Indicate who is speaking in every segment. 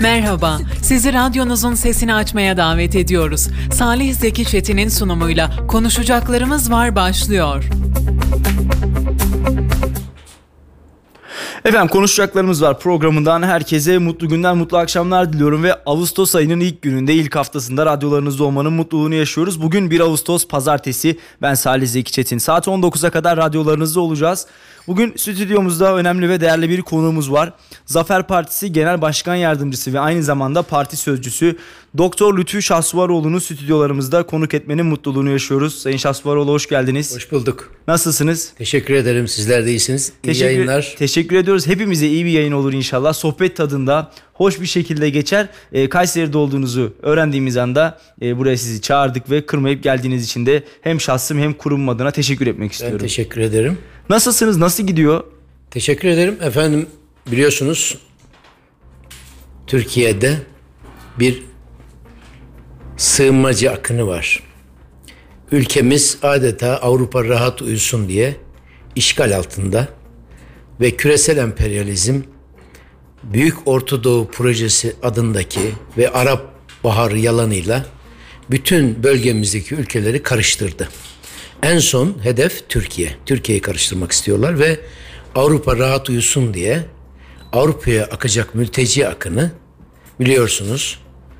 Speaker 1: Merhaba, sizi radyonuzun sesini açmaya davet ediyoruz. Salih Zeki Çetin'in sunumuyla Konuşacaklarımız Var başlıyor.
Speaker 2: Efendim Konuşacaklarımız Var programından herkese mutlu günler, mutlu akşamlar diliyorum ve Ağustos ayının ilk gününde, ilk haftasında radyolarınızda olmanın mutluluğunu yaşıyoruz. Bugün 1 Ağustos Pazartesi, ben Salih Zeki Çetin. Saat 19'a kadar radyolarınızda olacağız. Bugün stüdyomuzda önemli ve değerli bir konuğumuz var. Zafer Partisi Genel Başkan Yardımcısı ve aynı zamanda parti sözcüsü Doktor Lütfü Şahsuvaroğlu'nu stüdyolarımızda konuk etmenin mutluluğunu yaşıyoruz. Sayın Şahsuvaroğlu, hoş geldiniz.
Speaker 3: Hoş bulduk.
Speaker 2: Nasılsınız?
Speaker 3: Teşekkür ederim. Sizler de iyisiniz. İyi yayınlar.
Speaker 2: Teşekkür ediyoruz. Hepimize iyi bir yayın olur inşallah. Sohbet tadında, hoş bir şekilde geçer. Kayseri'de olduğunuzu öğrendiğimiz anda buraya sizi çağırdık ve kırmayıp geldiğiniz için de hem şahsım hem kurumum adına teşekkür etmek istiyorum.
Speaker 3: Ben teşekkür ederim.
Speaker 2: Nasılsınız? Nasıl gidiyor?
Speaker 3: Teşekkür ederim. Efendim, biliyorsunuz Türkiye'de bir sığınmacı akını var. Ülkemiz adeta Avrupa rahat uyusun diye işgal altında ve küresel emperyalizm Büyük Orta Doğu Projesi adındaki ve Arap Baharı yalanıyla bütün bölgemizdeki ülkeleri karıştırdı. En son hedef Türkiye. Türkiye'yi karıştırmak istiyorlar ve Avrupa rahat uyusun diye Avrupa'ya akacak mülteci akını, biliyorsunuz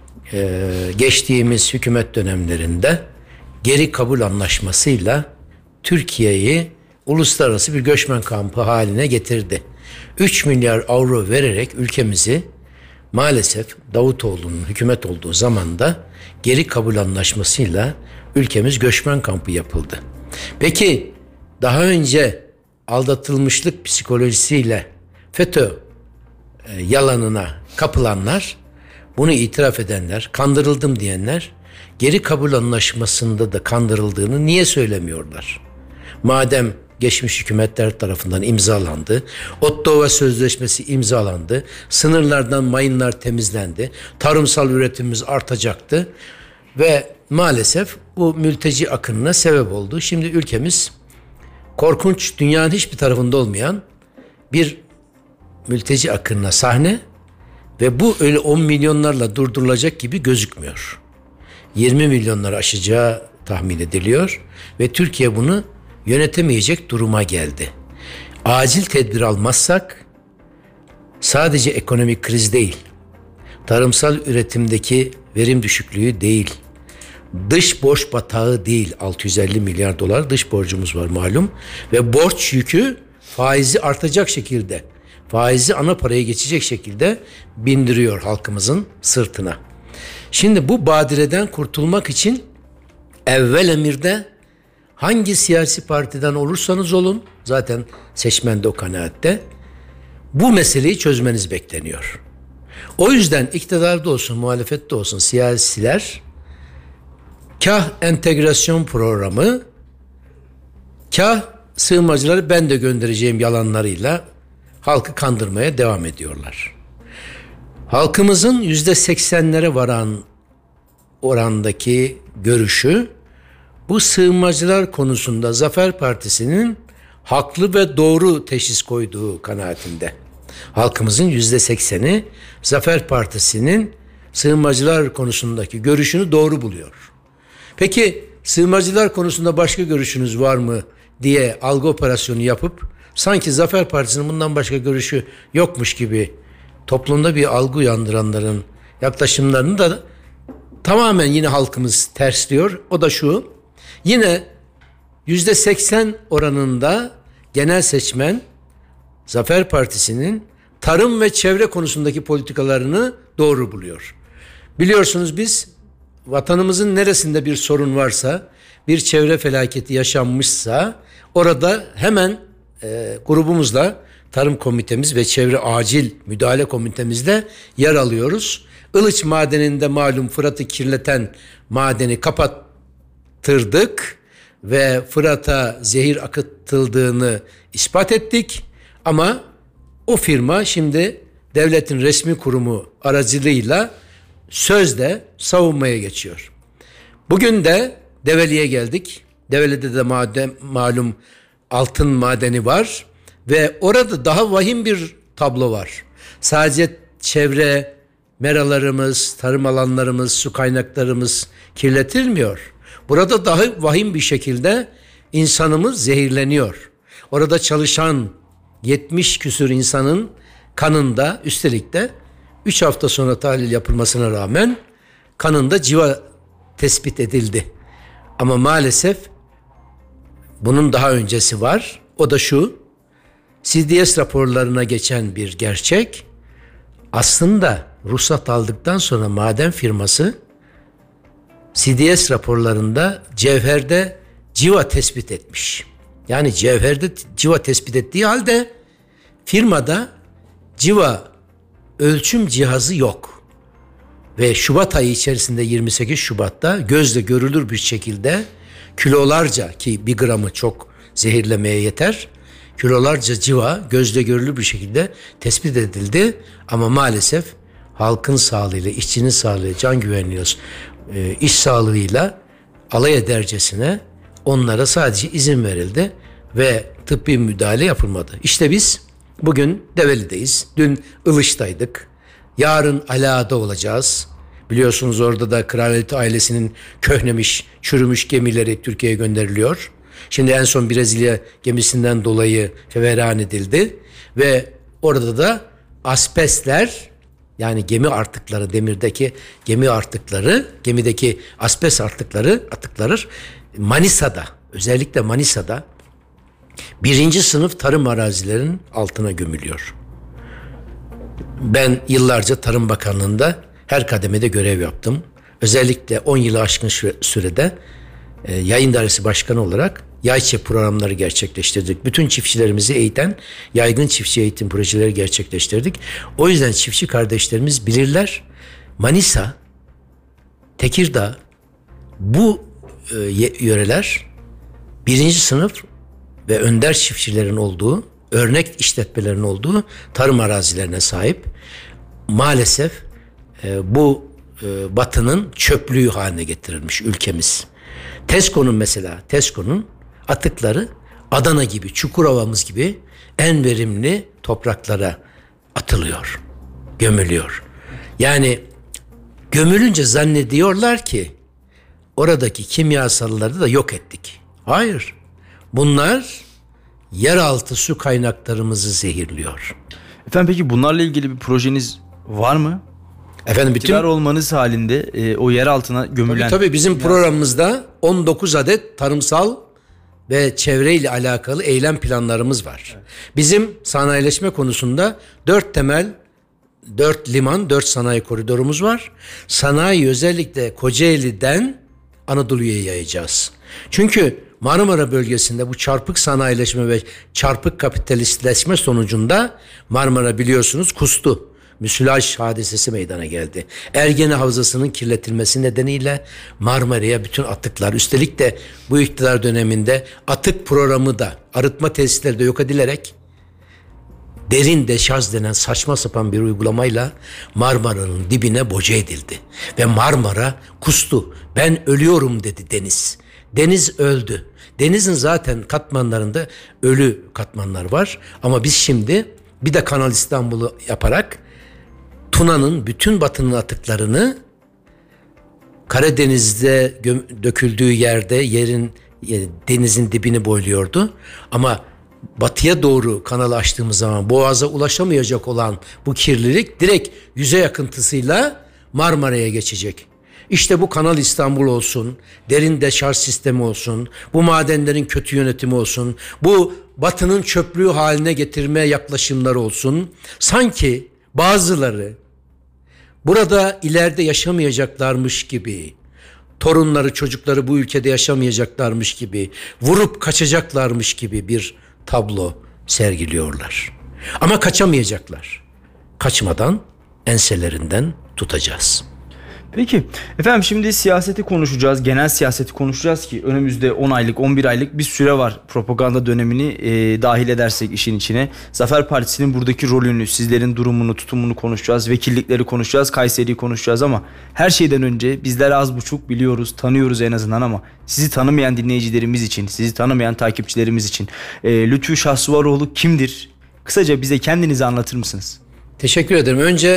Speaker 3: geçtiğimiz hükümet dönemlerinde geri kabul anlaşmasıyla Türkiye'yi uluslararası bir göçmen kampı haline getirdi. 3 milyar avro vererek ülkemizi maalesef Davutoğlu'nun hükümet olduğu zamanda geri kabul anlaşmasıyla ülkemiz göçmen kampı yapıldı. Peki daha önce aldatılmışlık psikolojisiyle FETÖ yalanına kapılanlar, bunu itiraf edenler, kandırıldım diyenler geri kabul anlaşmasında da kandırıldığını niye söylemiyorlar? Madem geçmiş hükümetler tarafından imzalandı, Ottawa Sözleşmesi imzalandı, sınırlardan mayınlar temizlendi, tarımsal üretimimiz artacaktı ve maalesef bu mülteci akınına sebep oldu. Şimdi ülkemiz korkunç, dünyanın hiçbir tarafında olmayan bir mülteci akınına sahne ve bu öyle 10 milyonlarla durdurulacak gibi gözükmüyor. 20 milyonları aşacağı tahmin ediliyor ve Türkiye bunu yönetemeyecek duruma geldi. Acil tedbir almazsak sadece ekonomik kriz değil, tarımsal üretimdeki verim düşüklüğü değil, dış borç batağı değil, 650 milyar dolar dış borcumuz var malum ve borç yükü faizi artacak şekilde, faizi ana paraya geçecek şekilde bindiriyor halkımızın sırtına. Şimdi bu badireden kurtulmak için evvel emirde hangi siyasi partiden olursanız olun, zaten seçmen de o kanaatte, bu meseleyi çözmeniz bekleniyor. O yüzden iktidarda olsun, muhalefette olsun siyasiler kah entegrasyon programı, kah sığınmacıları ben de göndereceğim yalanlarıyla halkı kandırmaya devam ediyorlar. Halkımızın %80'lere varan orandaki görüşü bu sığınmacılar konusunda Zafer Partisi'nin haklı ve doğru teşhis koyduğu kanaatinde. Halkımızın %80'i Zafer Partisi'nin sığınmacılar konusundaki görüşünü doğru buluyor. Peki sığınmacılar konusunda başka görüşünüz var mı diye algı operasyonu yapıp sanki Zafer Partisi'nin bundan başka görüşü yokmuş gibi toplumda bir algı uyandıranların yaklaşımlarını da tamamen yine halkımız tersliyor. O da şu: yine %80 oranında genel seçmen Zafer Partisi'nin tarım ve çevre konusundaki politikalarını doğru buluyor. Biliyorsunuz biz vatanımızın neresinde bir sorun varsa, bir çevre felaketi yaşanmışsa orada hemen grubumuzla Tarım Komitemiz ve Çevre Acil Müdahale Komitemizle yer alıyoruz. Ilıç madeninde malum Fırat'ı kirleten madeni kapattırdık ve Fırat'a zehir akıtıldığını ispat ettik. Ama o firma şimdi devletin resmi kurumu aracılığıyla sözde savunmaya geçiyor. Bugün de Develi'ye geldik. Develi'de de malum altın madeni var ve orada daha vahim bir tablo var. Sadece çevre meralarımız, tarım alanlarımız, su kaynaklarımız kirletilmiyor. Burada daha vahim bir şekilde insanımız zehirleniyor. Orada çalışan 70 küsur insanın kanında, üstelik de 3 hafta sonra tahlil yapılmasına rağmen kanında civa tespit edildi. Ama maalesef bunun daha öncesi var. O da şu: CDS raporlarına geçen bir gerçek. Aslında ruhsat aldıktan sonra maden firması CDS raporlarında cevherde civa tespit etmiş. Yani cevherde civa tespit ettiği halde firmada civa ölçüm cihazı yok. Ve Şubat ayı içerisinde, 28 Şubat'ta gözle görülür bir şekilde kilolarca, ki bir gramı çok zehirlemeye yeter, kilolarca civa gözle görülür bir şekilde tespit edildi. Ama maalesef halkın sağlığıyla, işçinin sağlığı, can güvenliği, iş sağlığıyla alay edercesine onlara sadece izin verildi ve tıbbi müdahale yapılmadı. İşte biz bugün Develi'deyiz. Dün Ilış'taydık. Yarın Ala'da olacağız. Biliyorsunuz orada da kraliyet ailesinin köhnemiş, çürümüş gemileri Türkiye'ye gönderiliyor. Şimdi en son Brezilya gemisinden dolayı feveran edildi. Ve orada da asbestler, yani gemi artıkları, demirdeki gemi artıkları, gemideki asbest atıkları Manisa'da, özellikle Manisa'da 1. sınıf tarım arazilerinin altına gömülüyor. Ben yıllarca Tarım Bakanlığı'nda her kademede görev yaptım. Özellikle 10 yılı aşkın sürede yayın dairesi başkanı olarak yayçe programları gerçekleştirdik. Bütün çiftçilerimizi eğiten yaygın çiftçi eğitim projeleri gerçekleştirdik. O yüzden çiftçi kardeşlerimiz bilirler. Manisa, Tekirdağ, bu yöreler 1. sınıf ve önder çiftçilerin olduğu, örnek işletmelerin olduğu tarım arazilerine sahip. Maalesef bu Batı'nın çöplüğü haline getirilmiş ülkemiz. TESCO'nun atıkları Adana gibi, Çukurova'mız gibi en verimli topraklara atılıyor, gömülüyor. Yani gömülünce zannediyorlar ki oradaki kimyasalları da yok ettik. Hayır. Bunlar yeraltı su kaynaklarımızı zehirliyor.
Speaker 2: Efendim peki bunlarla ilgili bir projeniz var mı?
Speaker 3: Efendim
Speaker 2: İktidar olmanız halinde o yer altına gömülen...
Speaker 3: Tabii bizim programımızda 19 adet tarımsal ve çevreyle alakalı eylem planlarımız var. Evet. Bizim sanayileşme konusunda 4 temel, 4 liman, 4 sanayi koridorumuz var. Sanayi özellikle Kocaeli'den Anadolu'ya yayacağız. Çünkü Marmara bölgesinde bu çarpık sanayileşme ve çarpık kapitalistleşme sonucunda Marmara biliyorsunuz kustu. Müsilaj hadisesi meydana geldi. Ergene Havzası'nın kirletilmesi nedeniyle Marmara'ya bütün atıklar, üstelik de bu iktidar döneminde atık programı da, arıtma tesisleri de yok edilerek derin deşarj denen saçma sapan bir uygulamayla Marmara'nın dibine boca edildi. Ve Marmara kustu. Ben ölüyorum dedi deniz. Deniz öldü. Denizin zaten katmanlarında ölü katmanlar var. Ama biz şimdi bir de Kanal İstanbul'u yaparak Tuna'nın bütün Batı'nın atıklarını Karadeniz'de döküldüğü yerde denizin dibini boyluyordu. Ama batıya doğru kanalı açtığımız zaman Boğaz'a ulaşamayacak olan bu kirlilik direkt yüzey akıntısıyla Marmara'ya geçecek. İşte bu Kanal İstanbul olsun, derin deşarj sistemi olsun, bu madenlerin kötü yönetimi olsun, bu Batı'nın çöplüğü haline getirme yaklaşımları olsun. Sanki bazıları burada ileride yaşamayacaklarmış gibi, torunları, çocukları bu ülkede yaşamayacaklarmış gibi, vurup kaçacaklarmış gibi bir tablo sergiliyorlar. Ama kaçamayacaklar. Kaçmadan enselerinden tutacağız.
Speaker 2: Peki efendim şimdi siyaseti konuşacağız, genel siyaseti konuşacağız ki önümüzde 10 aylık 11 aylık bir süre var propaganda dönemini dahil edersek işin içine. Zafer Partisi'nin buradaki rolünü, sizlerin durumunu, tutumunu konuşacağız, vekillikleri konuşacağız, Kayseri'yi konuşacağız ama her şeyden önce bizler az buçuk biliyoruz, tanıyoruz en azından ama sizi tanımayan dinleyicilerimiz için, sizi tanımayan takipçilerimiz için Lütfü Şahsuvaroğlu kimdir? Kısaca bize kendinizi anlatır mısınız?
Speaker 3: Teşekkür ederim. Önce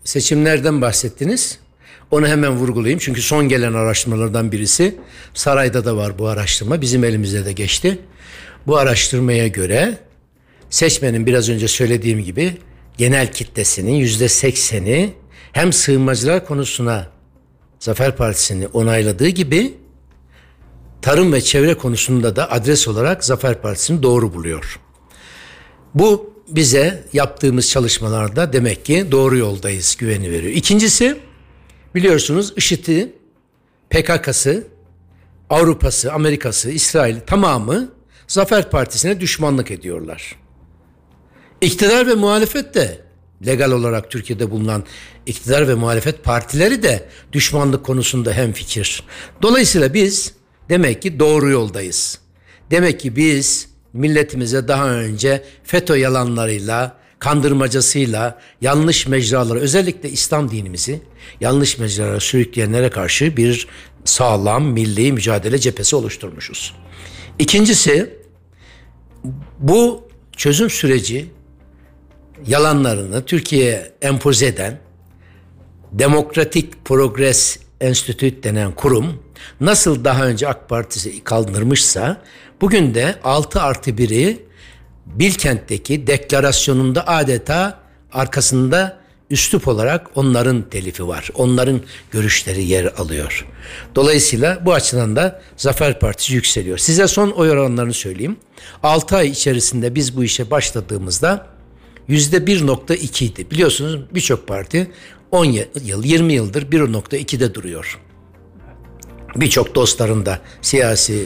Speaker 3: seçimlerden bahsettiniz. Onu hemen vurgulayayım. Çünkü son gelen araştırmalardan birisi. Sarayda da var bu araştırma. Bizim elimizde de geçti. Bu araştırmaya göre seçmenin biraz önce söylediğim gibi genel kitlesinin %80'i hem sığınmacılar konusuna Zafer Partisi'ni onayladığı gibi tarım ve çevre konusunda da adres olarak Zafer Partisi'ni doğru buluyor. Bu bize yaptığımız çalışmalarda demek ki doğru yoldayız güveni veriyor. İkincisi, biliyorsunuz IŞİD'i, PKK'sı, Avrupa'sı, Amerika'sı, İsrail tamamı Zafer Partisi'ne düşmanlık ediyorlar. İktidar ve muhalefet de legal olarak Türkiye'de bulunan iktidar ve muhalefet partileri de düşmanlık konusunda hemfikir. Dolayısıyla biz demek ki doğru yoldayız. Demek ki biz milletimize daha önce FETÖ yalanlarıyla, kandırmacasıyla yanlış mecralara, özellikle İslam dinimizi yanlış mecralara sürükleyenlere karşı bir sağlam milli mücadele cephesi oluşturmuşuz. İkincisi, bu çözüm süreci yalanlarını Türkiye'ye empoze eden Demokratik Progress Enstitüt denen kurum nasıl daha önce AK Partisi kaldırmışsa bugün de 6+1'i Bilkent'teki deklarasyonunda adeta arkasında üslup olarak onların telifi var. Onların görüşleri yer alıyor. Dolayısıyla bu açıdan da Zafer Partisi yükseliyor. Size son oy oranlarını söyleyeyim. 6 ay içerisinde biz bu işe başladığımızda %1.2 idi. Biliyorsunuz birçok parti 10 yıl, 20 yıldır 1.2'de duruyor. Birçok dostların da siyasi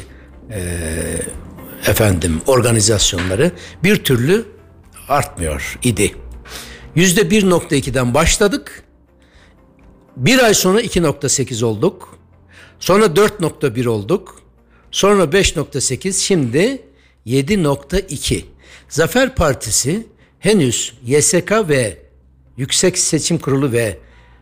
Speaker 3: organizasyonları bir türlü artmıyor idi. %1.2'den başladık. Bir ay sonra 2.8 olduk. Sonra 4.1 olduk. Sonra 5.8, şimdi 7.2. Zafer Partisi henüz YSK ve Yüksek Seçim Kurulu ve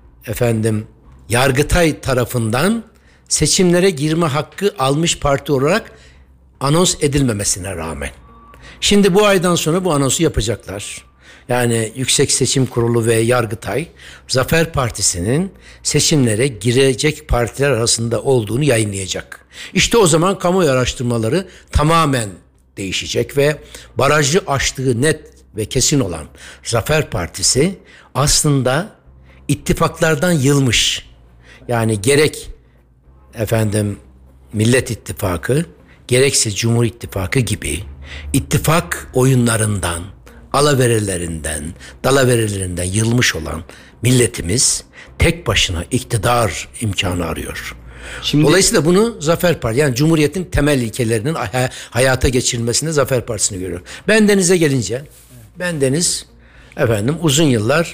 Speaker 3: Yargıtay tarafından seçimlere girme hakkı almış parti olarak anons edilmemesine rağmen. Şimdi bu aydan sonra bu anonsu yapacaklar. Yani Yüksek Seçim Kurulu ve Yargıtay, Zafer Partisi'nin seçimlere girecek partiler arasında olduğunu yayınlayacak. İşte o zaman kamuoyu araştırmaları tamamen değişecek ve barajı aştığı net ve kesin olan Zafer Partisi aslında ittifaklardan yılmış. Yani gerek Millet İttifakı, gerekse Cumhur İttifakı gibi ittifak oyunlarından, alaverelerinden, dalaverelerinden yılmış olan milletimiz tek başına iktidar imkanı arıyor. Dolayısıyla bunu Zafer Partisi, yani Cumhuriyet'in temel ilkelerinin hayata geçirilmesinde Zafer Partisi'ni görüyor. Bendeniz'e gelince, bendeniz uzun yıllar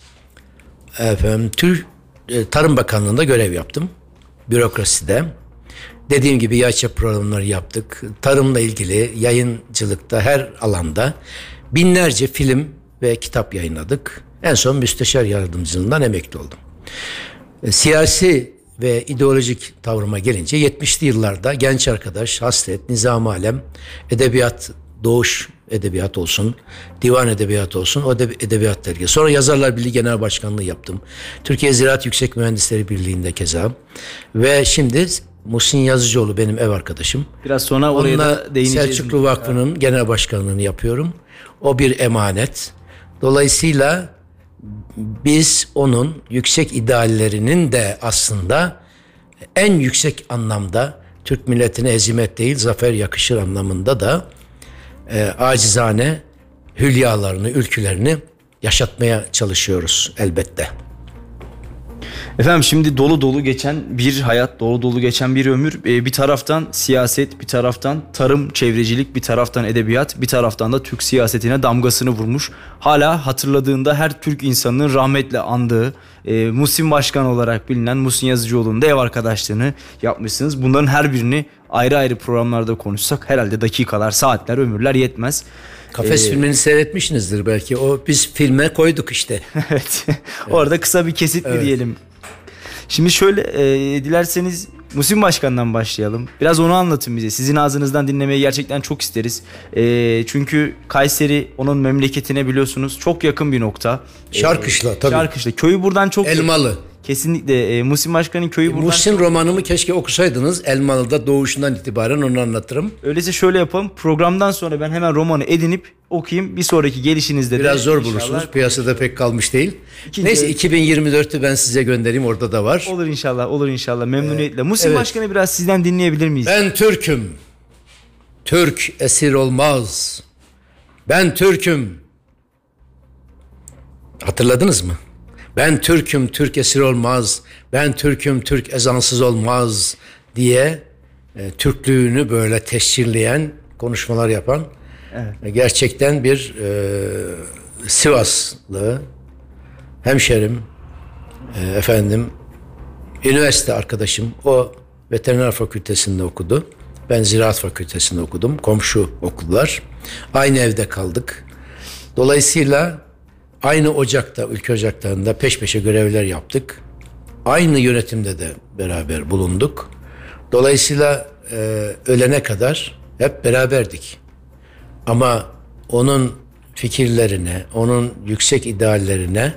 Speaker 3: Tarım Bakanlığı'nda görev yaptım. Bürokraside. Dediğim gibi YÇ programları yaptık. Tarımla ilgili yayıncılıkta her alanda binlerce film ve kitap yayınladık. En son müsteşar yardımcılığından emekli oldum. Siyasi ve ideolojik tavrıma gelince 70'li yıllarda genç arkadaş, Hasret, Nizam-ı Alem, edebiyat, Doğuş Edebiyat olsun, Divan Edebiyat olsun, o edebiyat dergi. Sonra Yazarlar Birliği Genel Başkanlığı yaptım. Türkiye Ziraat Yüksek Mühendisleri Birliği'nde keza. Ve şimdi Muhsin Yazıcıoğlu benim ev arkadaşım.
Speaker 2: Biraz sonra oraya da değineceğiz.
Speaker 3: Selçuklu Vakfı'nın genel başkanlığını yapıyorum. O bir emanet. Dolayısıyla biz onun yüksek ideallerinin de aslında en yüksek anlamda Türk milletine hezimet değil zafer yakışır anlamında da acizane hülyalarını, ülkülerini yaşatmaya çalışıyoruz elbette.
Speaker 2: Efendim şimdi dolu dolu geçen bir hayat, dolu dolu geçen bir ömür. Bir taraftan siyaset, bir taraftan tarım, çevrecilik, bir taraftan edebiyat, bir taraftan da Türk siyasetine damgasını vurmuş. Hala hatırladığında her Türk insanının rahmetle andığı Muhsin Başkan olarak bilinen Muhsin Yazıcıoğlu'nun da ev arkadaşlığını yapmışsınız. Bunların her birini ayrı ayrı programlarda konuşsak herhalde dakikalar, saatler, ömürler yetmez.
Speaker 3: Kafes filmini seyretmişsinizdir belki. O biz filme koyduk işte.
Speaker 2: Evet. Orada kısa bir kesit mi diyelim. Şimdi şöyle dilerseniz Muhsin Başkan'dan başlayalım. Biraz onu anlatın bize. Sizin ağzınızdan dinlemeyi gerçekten çok isteriz. Çünkü Kayseri onun memleketine biliyorsunuz çok yakın bir nokta.
Speaker 3: Şarkışla tabii.
Speaker 2: Şarkışla. Köyü buradan çok
Speaker 3: Elmalı.
Speaker 2: yakın. Kesinlikle Muhsin Başkan'ın köyü buradan.
Speaker 3: Muhsin romanımı keşke okusaydınız. Elmalı'da doğuşundan itibaren onu anlatırım.
Speaker 2: Öyleyse şöyle yapalım. Programdan sonra ben hemen romanı edinip okuyayım. Bir sonraki gelişinizde
Speaker 3: biraz
Speaker 2: de
Speaker 3: zor
Speaker 2: inşallah
Speaker 3: bulursunuz. Piyasada pek kalmış değil. Neyse 2024'ü ben size göndereyim. Orada da var.
Speaker 2: Olur inşallah. Olur inşallah. Memnuniyetle. Muhsin
Speaker 3: evet.
Speaker 2: Başkan'ı biraz sizden dinleyebilir miyiz?
Speaker 3: Ben Türk'üm. Türk esir olmaz. Ben Türk'üm. Hatırladınız mı? Ben Türk'üm, Türk esir olmaz. Ben Türk'üm, Türk ezansız olmaz diye Türklüğünü böyle tescilleyen konuşmalar yapan gerçekten bir Sivaslı hemşerim, üniversite arkadaşım. O veteriner fakültesinde okudu. Ben ziraat fakültesinde okudum. Komşu okullar. Aynı evde kaldık. Dolayısıyla aynı ocakta, ülke ocaklarında peş peşe görevler yaptık. Aynı yönetimde de beraber bulunduk. Dolayısıyla ölene kadar hep beraberdik. Ama onun fikirlerine, onun yüksek ideallerine,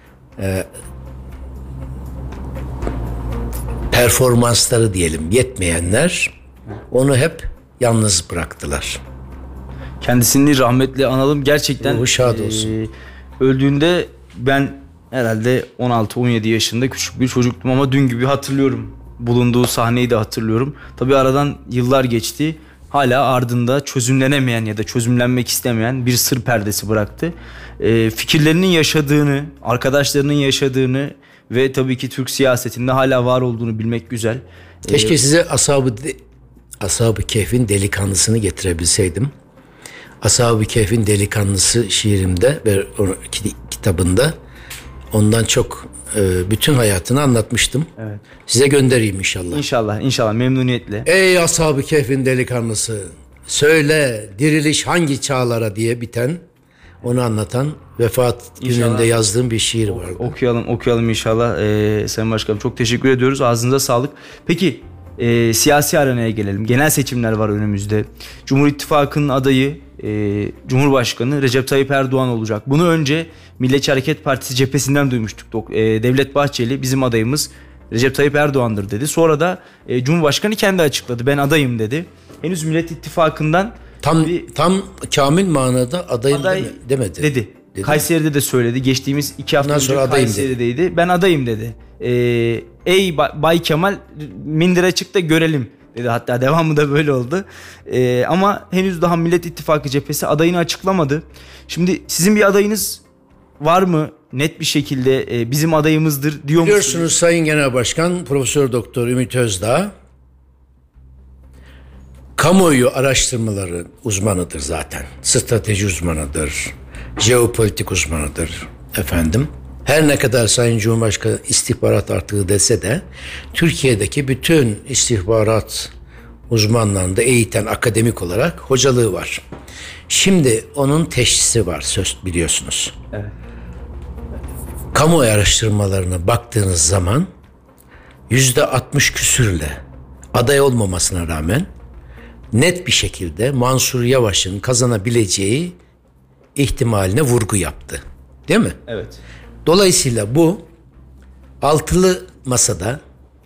Speaker 3: performansları diyelim yetmeyenler onu hep yalnız bıraktılar.
Speaker 2: Kendisini rahmetle analım. Gerçekten
Speaker 3: ruhu şad olsun.
Speaker 2: Öldüğünde ben herhalde 16-17 yaşında küçük bir çocuktum ama dün gibi hatırlıyorum. Bulunduğu sahneyi de hatırlıyorum. Tabii aradan yıllar geçti. Hala ardında çözümlenemeyen ya da çözümlenmek istemeyen bir sır perdesi bıraktı. Fikirlerinin yaşadığını, arkadaşlarının yaşadığını ve tabii ki Türk siyasetinde hala var olduğunu bilmek güzel.
Speaker 3: Keşke size Ashab-ı Kehf'in delikanlısını getirebilseydim. Ashab-ı Kehf'in delikanlısı şiirimde ve kitabında ondan çok bütün hayatını anlatmıştım. Evet. Size göndereyim inşallah.
Speaker 2: İnşallah memnuniyetle.
Speaker 3: Ey Ashab-ı Kehf'in delikanlısı, söyle diriliş hangi çağlara diye biten, onu anlatan vefat gününde yazdığım bir şiir vardı.
Speaker 2: Okuyalım inşallah. Sayın Başkanım çok teşekkür ediyoruz. Ağzınıza sağlık. Peki siyasi arenaya gelelim. Genel seçimler var önümüzde. Cumhur İttifakı'nın adayı Cumhurbaşkanı Recep Tayyip Erdoğan olacak. Bunu önce Milliyetçi Hareket Partisi cephesinden duymuştuk. Devlet Bahçeli bizim adayımız Recep Tayyip Erdoğan'dır dedi. Sonra da Cumhurbaşkanı kendi açıkladı. Ben adayım dedi. Henüz Millet İttifakı'ndan
Speaker 3: tam kamil manada adayım demedi.
Speaker 2: Dedi. Kayseri'de de söyledi. Geçtiğimiz 2 hafta önce Kayseri'deydi. Dedi. Ben adayım dedi. Ey Bay Kemal mindire çık da görelim dedi. Hatta devamı da böyle oldu. Ama henüz daha Millet İttifakı cephesi adayını açıklamadı. Şimdi sizin bir adayınız var mı? Net bir şekilde bizim adayımızdır diyor musunuz?
Speaker 3: Biliyorsunuz Sayın Genel Başkan Profesör Doktor Ümit Özdağ kamuoyu araştırmaları uzmanıdır zaten. Strateji uzmanıdır. Jeopolitik uzmanıdır. Her ne kadar Sayın Cumhurbaşkanı istihbarat artığı dese de Türkiye'deki bütün istihbarat uzmanlarını da eğiten akademik olarak hocalığı var. Şimdi onun teşhisi var söz biliyorsunuz. Evet. Kamuoyu araştırmalarına baktığınız zaman %60 küsürle aday olmamasına rağmen net bir şekilde Mansur Yavaş'ın kazanabileceği ihtimaline vurgu yaptı. Değil mi?
Speaker 2: Evet.
Speaker 3: Dolayısıyla bu altılı masada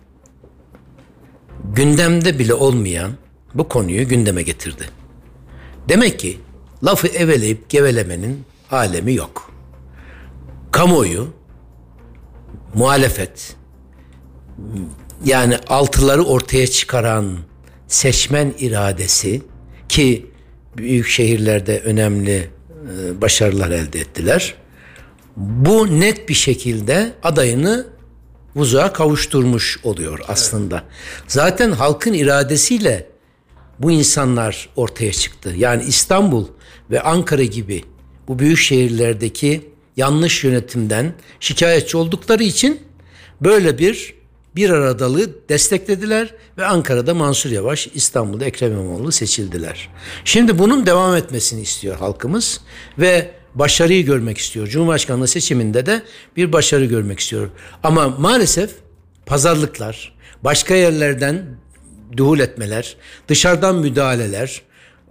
Speaker 3: gündemde bile olmayan bu konuyu gündeme getirdi. Demek ki lafı eveleyip gevelemenin alemi yok. Kamuoyu, muhalefet, yani altıları ortaya çıkaran seçmen iradesi ki büyük şehirlerde önemli başarılar elde ettiler. Bu net bir şekilde adayını vuzuğa kavuşturmuş oluyor aslında. Zaten halkın iradesiyle bu insanlar ortaya çıktı. Yani İstanbul ve Ankara gibi bu büyük şehirlerdeki yanlış yönetimden şikayetçi oldukları için böyle bir aradalığı desteklediler ve Ankara'da Mansur Yavaş, İstanbul'da Ekrem İmamoğlu seçildiler. Şimdi bunun devam etmesini istiyor halkımız ve başarıyı görmek istiyor. Cumhurbaşkanlığı seçiminde de bir başarı görmek istiyor. Ama maalesef pazarlıklar, başka yerlerden duhul etmeler, dışarıdan müdahaleler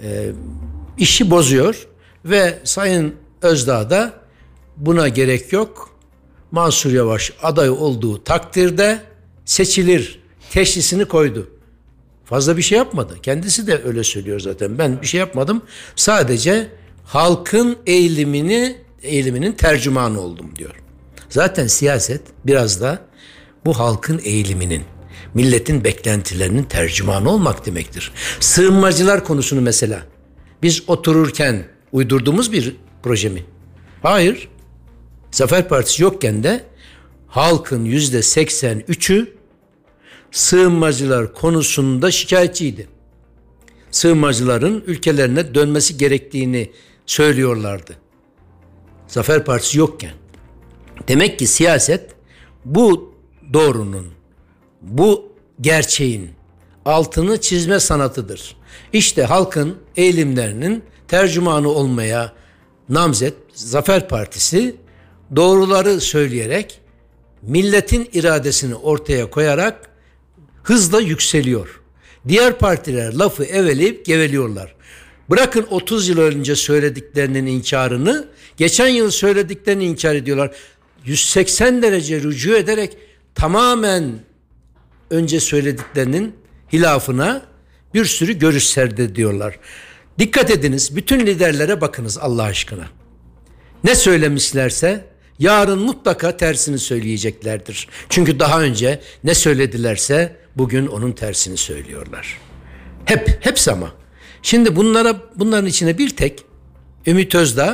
Speaker 3: işi bozuyor ve Sayın Özdağ da buna gerek yok. Mansur Yavaş aday olduğu takdirde seçilir teşhisini koydu. Fazla bir şey yapmadı. Kendisi de öyle söylüyor zaten. Ben bir şey yapmadım. Sadece halkın eğiliminin tercümanı oldum diyor. Zaten siyaset biraz da bu halkın eğiliminin, milletin beklentilerinin tercümanı olmak demektir. Sığınmacılar konusunu mesela biz otururken uydurduğumuz bir proje mi? Hayır. Zafer Partisi yokken de halkın %83'ü sığınmacılar konusunda şikayetçiydi. Sığınmacıların ülkelerine dönmesi gerektiğini söylüyorlardı. Zafer Partisi yokken. Demek ki siyaset bu doğrunun, bu gerçeğin altını çizme sanatıdır. İşte halkın eğilimlerinin tercümanı olmaya namzet Zafer Partisi doğruları söyleyerek, milletin iradesini ortaya koyarak hızla yükseliyor. Diğer partiler lafı eveleyip geveliyorlar. Bırakın 30 yıl önce söylediklerinin inkarını, geçen yıl söylediklerini inkar ediyorlar. 180 derece rücu ederek tamamen önce söylediklerinin hilafına bir sürü görüş serdediyorlar. Dikkat ediniz, bütün liderlere bakınız Allah aşkına. Ne söylemişlerse yarın mutlaka tersini söyleyeceklerdir. Çünkü daha önce ne söyledilerse bugün onun tersini söylüyorlar. Hepsi ama. Şimdi bunların içine bir tek Ümit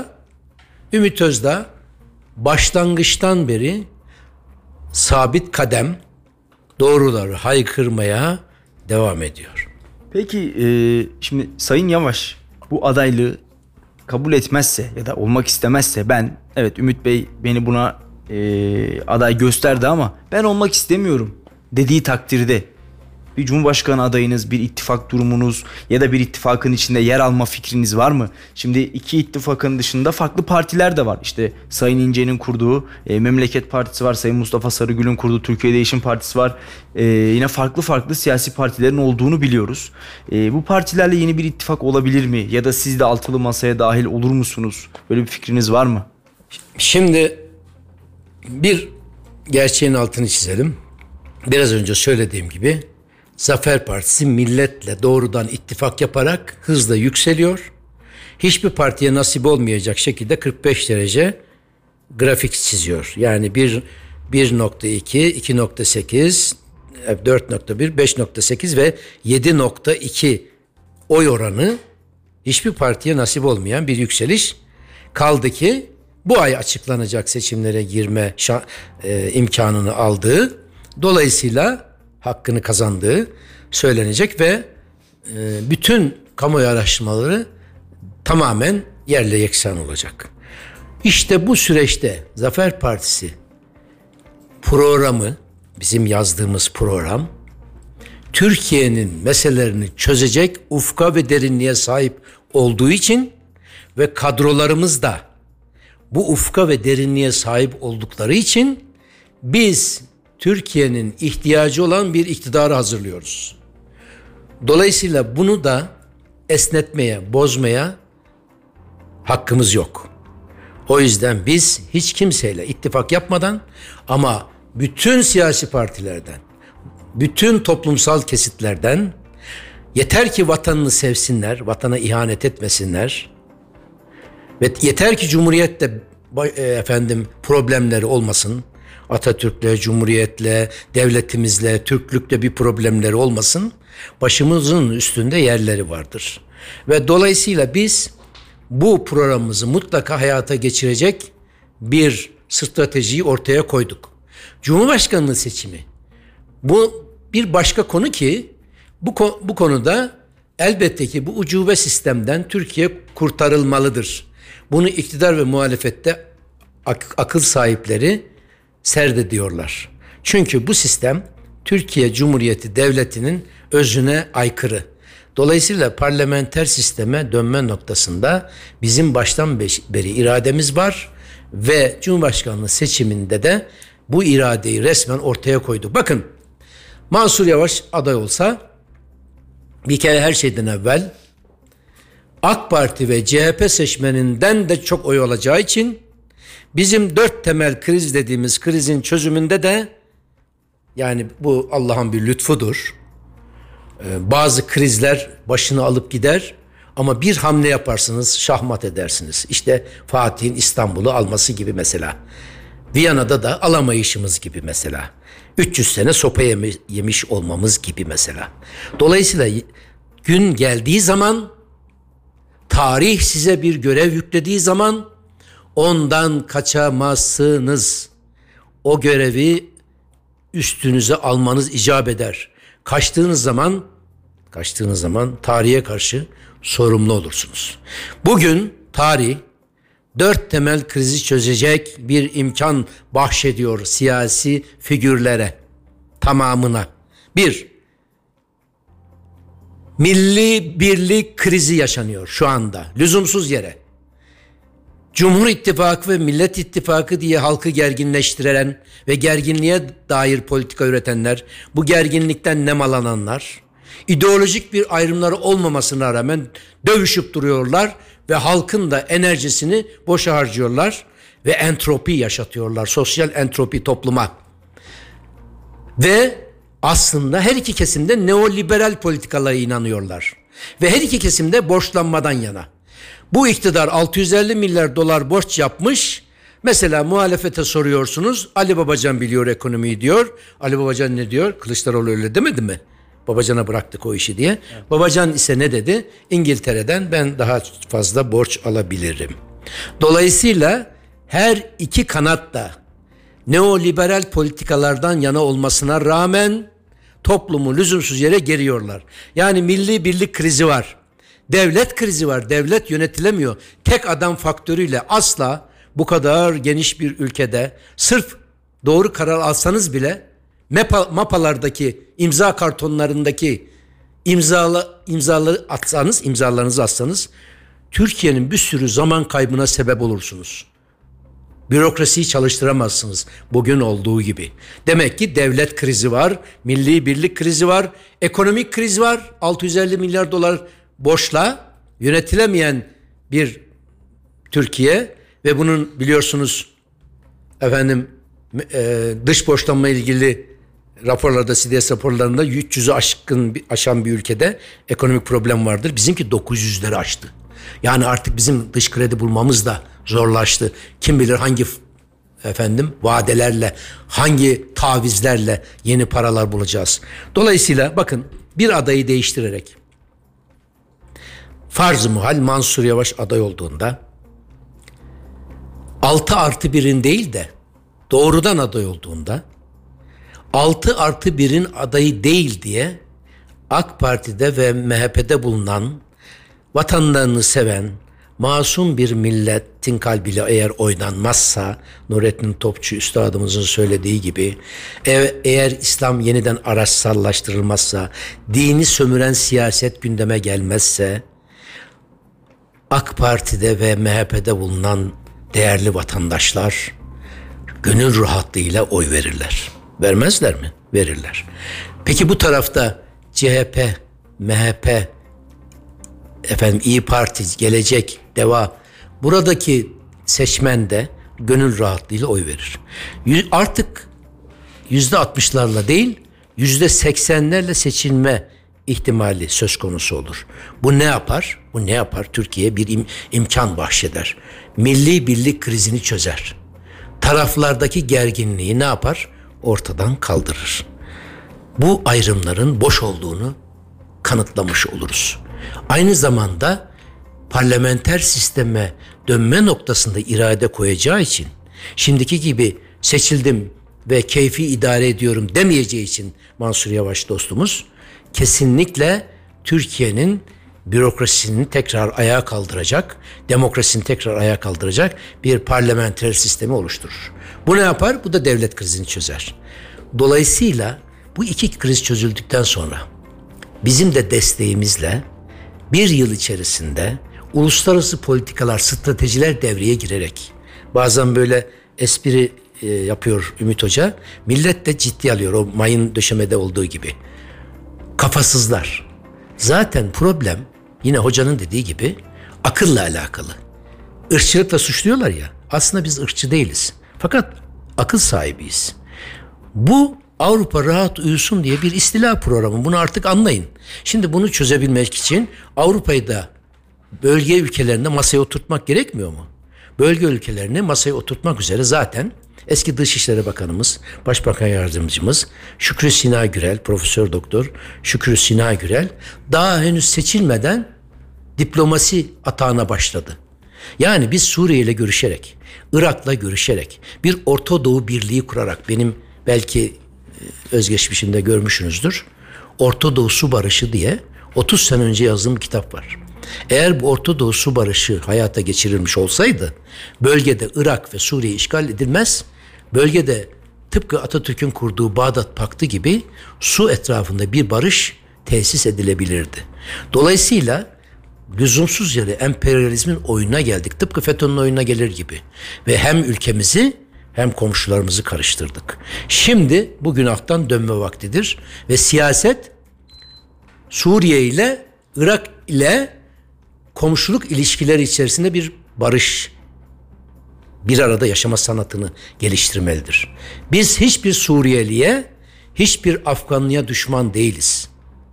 Speaker 3: Özdağ başlangıçtan beri sabit kadem doğruları haykırmaya devam ediyor.
Speaker 2: Peki şimdi Sayın Yavaş bu adaylığı kabul etmezse ya da olmak istemezse, evet Ümit Bey beni buna aday gösterdi ama ben olmak istemiyorum dediği takdirde bir Cumhurbaşkanı adayınız, bir ittifak durumunuz ya da bir ittifakın içinde yer alma fikriniz var mı? Şimdi iki ittifakın dışında farklı partiler de var. İşte Sayın İnce'nin kurduğu Memleket Partisi var. Sayın Mustafa Sarıgül'ün kurduğu Türkiye Değişim Partisi var. Yine farklı siyasi partilerin olduğunu biliyoruz. Bu partilerle yeni bir ittifak olabilir mi? Ya da siz de altılı masaya dahil olur musunuz? Böyle bir fikriniz var mı?
Speaker 3: Şimdi bir gerçeğin altını çizelim. Biraz önce söylediğim gibi Zafer Partisi milletle doğrudan ittifak yaparak hızla yükseliyor. Hiçbir partiye nasip olmayacak şekilde 45 derece grafik çiziyor. Yani 1.2, 2.8, 4.1, 5.8 ve 7.2 oy oranı hiçbir partiye nasip olmayan bir yükseliş. Kaldı ki bu ay açıklanacak seçimlere girme imkanını aldığı, dolayısıyla hakkını kazandığı söylenecek ve bütün kamuoyu araştırmaları tamamen yerle yeksan olacak. İşte bu süreçte Zafer Partisi programı, bizim yazdığımız program, Türkiye'nin meselelerini çözecek ufka ve derinliğe sahip olduğu için ve kadrolarımız da bu ufka ve derinliğe sahip oldukları için biz Türkiye'nin ihtiyacı olan bir iktidarı hazırlıyoruz. Dolayısıyla bunu da esnetmeye, bozmaya hakkımız yok. O yüzden biz hiç kimseyle ittifak yapmadan ama bütün siyasi partilerden, bütün toplumsal kesitlerden yeter ki vatanını sevsinler, vatana ihanet etmesinler ve yeter ki Cumhuriyet'te problemleri olmasın. Atatürk'le, Cumhuriyet'le, devletimizle, Türklük'le bir problemleri olmasın. Başımızın üstünde yerleri vardır. Ve dolayısıyla biz bu programımızı mutlaka hayata geçirecek bir stratejiyi ortaya koyduk. Cumhurbaşkanlığı seçimi. Bu bir başka konu ki bu konuda elbette ki bu ucube sistemden Türkiye kurtarılmalıdır. Bunu iktidar ve muhalefette akıl sahipleri serdediyorlar. Çünkü bu sistem Türkiye Cumhuriyeti Devleti'nin özüne aykırı. Dolayısıyla parlamenter sisteme dönme noktasında bizim baştan beri irademiz var ve Cumhurbaşkanlığı seçiminde de bu iradeyi resmen ortaya koydu. Bakın, Mansur Yavaş aday olsa bir kere her şeyden evvel AK Parti ve CHP seçmeninden de çok oy olacağı için bizim 4 temel kriz dediğimiz krizin çözümünde de, yani bu Allah'ın bir lütfudur. Bazı krizler başını alıp gider ama bir hamle yaparsınız, şahmat edersiniz. İşte Fatih'in İstanbul'u alması gibi mesela. Viyana'da da alamayışımız gibi mesela. 300 sene sopa yemiş olmamız gibi mesela. Dolayısıyla gün geldiği zaman, tarih size bir görev yüklediği zaman ondan kaçamazsınız. O görevi üstünüze almanız icap eder. Kaçtığınız zaman tarihe karşı sorumlu olursunuz. Bugün tarih 4 temel krizi çözecek bir imkan bahşediyor siyasi figürlere, tamamına. 1. Milli birlik krizi yaşanıyor şu anda, lüzumsuz yere. Cumhur İttifakı ve Millet İttifakı diye halkı gerginleştiren ve gerginliğe dair politika üretenler, bu gerginlikten nemalananlar, ideolojik bir ayrımları olmamasına rağmen dövüşüp duruyorlar ve halkın da enerjisini boşa harcıyorlar ve entropi yaşatıyorlar, sosyal entropi topluma. Ve aslında her iki kesimde neoliberal politikalara inanıyorlar ve her iki kesimde borçlanmadan yana. Bu iktidar 650 milyar dolar borç yapmış. Mesela muhalefete soruyorsunuz. Ali Babacan biliyor ekonomiyi diyor. Ali Babacan ne diyor? Kılıçdaroğlu öyle demedi mi? Babacan'a bıraktık o işi diye. Evet. Babacan ise ne dedi? İngiltere'den ben daha fazla borç alabilirim. Dolayısıyla her iki kanat da neoliberal politikalardan yana olmasına rağmen toplumu lüzumsuz yere geriyorlar. Yani milli birlik krizi var. Devlet krizi var. Devlet yönetilemiyor. Tek adam faktörüyle asla bu kadar geniş bir ülkede sırf doğru karar alsanız bile mapalardaki imza kartonlarındaki imzalarınızı atsanız Türkiye'nin bir sürü zaman kaybına sebep olursunuz. Bürokrasiyi çalıştıramazsınız bugün olduğu gibi. Demek ki devlet krizi var, milli birlik krizi var, ekonomik kriz var. 650 milyar dolar borçla yönetilemeyen bir Türkiye ve bunun biliyorsunuz dış borçlanma ilgili raporlarda, CDS raporlarında 300'ü aşan bir ülkede ekonomik problem vardır. Bizimki 900'leri aştı. Yani artık bizim dış kredi bulmamız da zorlaştı. Kim bilir hangi vadelerle, hangi tavizlerle yeni paralar bulacağız. Dolayısıyla bakın, bir adayı değiştirerek farz-ı muhal Mansur Yavaş aday olduğunda 6+1'in değil de doğrudan aday olduğunda 6+1'in adayı değil diye AK Parti'de ve MHP'de bulunan vatanlarını seven masum bir milletin kalbiyle eğer oynanmazsa, Nurettin Topçu üstadımızın söylediği gibi, eğer İslam yeniden araçsallaştırılmazsa, dini sömüren siyaset gündeme gelmezse, AK Parti'de ve MHP'de bulunan değerli vatandaşlar gönül rahatlığıyla oy verirler. Vermezler mi? Verirler. Peki bu tarafta CHP, MHP, İYİ Parti, Gelecek, Deva, buradaki seçmen de gönül rahatlığıyla oy verir. Artık %60'larla değil, %80'lerle seçilme ihtimali söz konusu olur. Bu ne yapar? Bu ne yapar? Türkiye'ye bir imkan bahşeder. Milli birlik krizini çözer. Taraflardaki gerginliği ne yapar? Ortadan kaldırır. Bu ayrımların boş olduğunu kanıtlamış oluruz. Aynı zamanda parlamenter sisteme dönme noktasında irade koyacağı için, şimdiki gibi seçildim ve keyfi idare ediyorum demeyeceği için Mansur Yavaş dostumuz kesinlikle Türkiye'nin bürokrasisini tekrar ayağa kaldıracak, demokrasisini tekrar ayağa kaldıracak bir parlamenter sistemi oluşturur. Bu ne yapar? Bu da devlet krizini çözer. Dolayısıyla bu iki kriz çözüldükten sonra bizim de desteğimizle bir yıl içerisinde uluslararası politikalar, stratejiler devreye girerek, bazen böyle espri yapıyor Ümit Hoca. Millet de ciddi alıyor, o mayın döşemede olduğu gibi. Kafasızlar. Zaten problem yine hocanın dediği gibi akılla alakalı. Irkçılıkla suçluyorlar ya. Aslında biz ırkçı değiliz. Fakat akıl sahibiyiz. Bu Avrupa rahat uyusun diye bir istila programı. Bunu artık anlayın. Şimdi bunu çözebilmek için Avrupa'yı da bölge ülkelerinde masaya oturtmak gerekmiyor mu? Bölge ülkelerini masaya oturtmak üzere zaten eski Dışişleri Bakanımız, Başbakan Yardımcımız Şükrü Sina Gürel, Profesör Doktor Şükrü Sina Gürel daha henüz seçilmeden diplomasi atağına başladı. Yani biz Suriye ile görüşerek, Irak'la görüşerek, bir Orta Doğu Birliği kurarak, benim belki özgeçmişimde görmüşsünüzdür, Orta Doğu Su Barışı diye 30 sene önce yazdığım bir kitap var. Eğer bu Orta Doğu Su Barışı hayata geçirilmiş olsaydı, bölgede Irak ve Suriye işgal edilmez, bölgede tıpkı Atatürk'ün kurduğu Bağdat Paktı gibi su etrafında bir barış tesis edilebilirdi. Dolayısıyla lüzumsuz yere emperyalizmin oyununa geldik. Tıpkı FETÖ'nün oyununa gelir gibi. Ve hem ülkemizi hem komşularımızı karıştırdık. Şimdi bu günahtan dönme vaktidir. Ve siyaset Suriye ile Irak ile komşuluk ilişkileri içerisinde bir barış, bir arada yaşama sanatını geliştirmelidir. Biz hiçbir Suriyeliye, hiçbir Afganlıya düşman değiliz.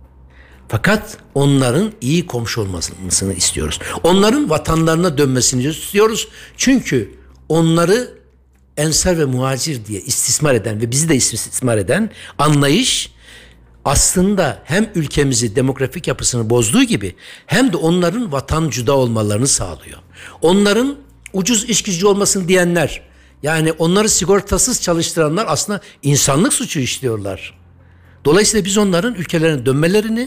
Speaker 3: Fakat onların iyi komşu olmasını istiyoruz. Onların vatanlarına dönmesini istiyoruz. Çünkü onları ensar ve muhacir diye istismar eden ve bizi de istismar eden anlayış aslında hem ülkemizi, demografik yapısını bozduğu gibi hem de onların vatancıda olmalarını sağlıyor. Onların ucuz iş gücü olmasını diyenler, yani onları sigortasız çalıştıranlar aslında insanlık suçu işliyorlar. Dolayısıyla biz onların ülkelerine dönmelerini,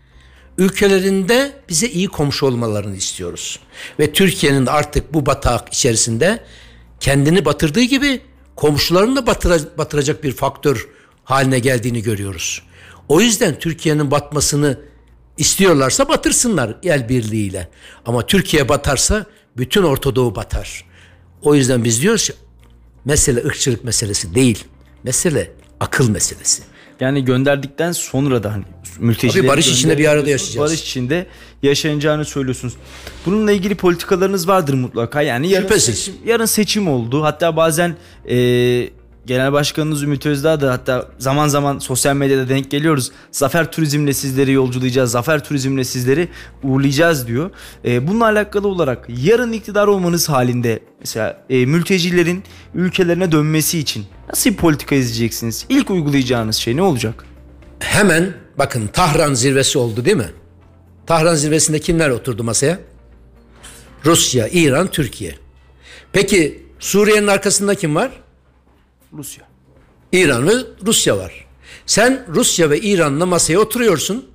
Speaker 3: ülkelerinde bize iyi komşu olmalarını istiyoruz. Ve Türkiye'nin artık bu batak içerisinde kendini batırdığı gibi komşularını da batıracak bir faktör haline geldiğini görüyoruz. O yüzden Türkiye'nin batmasını istiyorlarsa batırsınlar el birliğiyle. Ama Türkiye batarsa bütün Orta Doğu batar. O yüzden biz diyoruz ki mesele ırkçılık meselesi değil. Mesele akıl meselesi.
Speaker 2: Yani gönderdikten sonra da hani mültecileri
Speaker 3: barış içinde bir arada yaşayacağız.
Speaker 2: Barış içinde yaşanacağını söylüyorsunuz. Bununla ilgili politikalarınız vardır mutlaka. Yani yarın seçim oldu. Hatta bazen Genel Başkanınız Ümit Özdağ da hatta zaman zaman sosyal medyada denk geliyoruz. Zafer turizmle sizleri yolculayacağız, zafer turizmle sizleri uğurlayacağız diyor. Bununla alakalı olarak yarın iktidar olmanız halinde mesela mültecilerin ülkelerine dönmesi için nasıl bir politika izleyeceksiniz? İlk uygulayacağınız şey ne olacak?
Speaker 3: Hemen bakın, Tahran zirvesi oldu değil mi? Tahran zirvesinde kimler oturdu masaya? Rusya, İran, Türkiye. Peki Suriye'nin arkasında kim var?
Speaker 2: Rusya.
Speaker 3: İran ve Rusya var. Sen Rusya ve İran'la masaya oturuyorsun.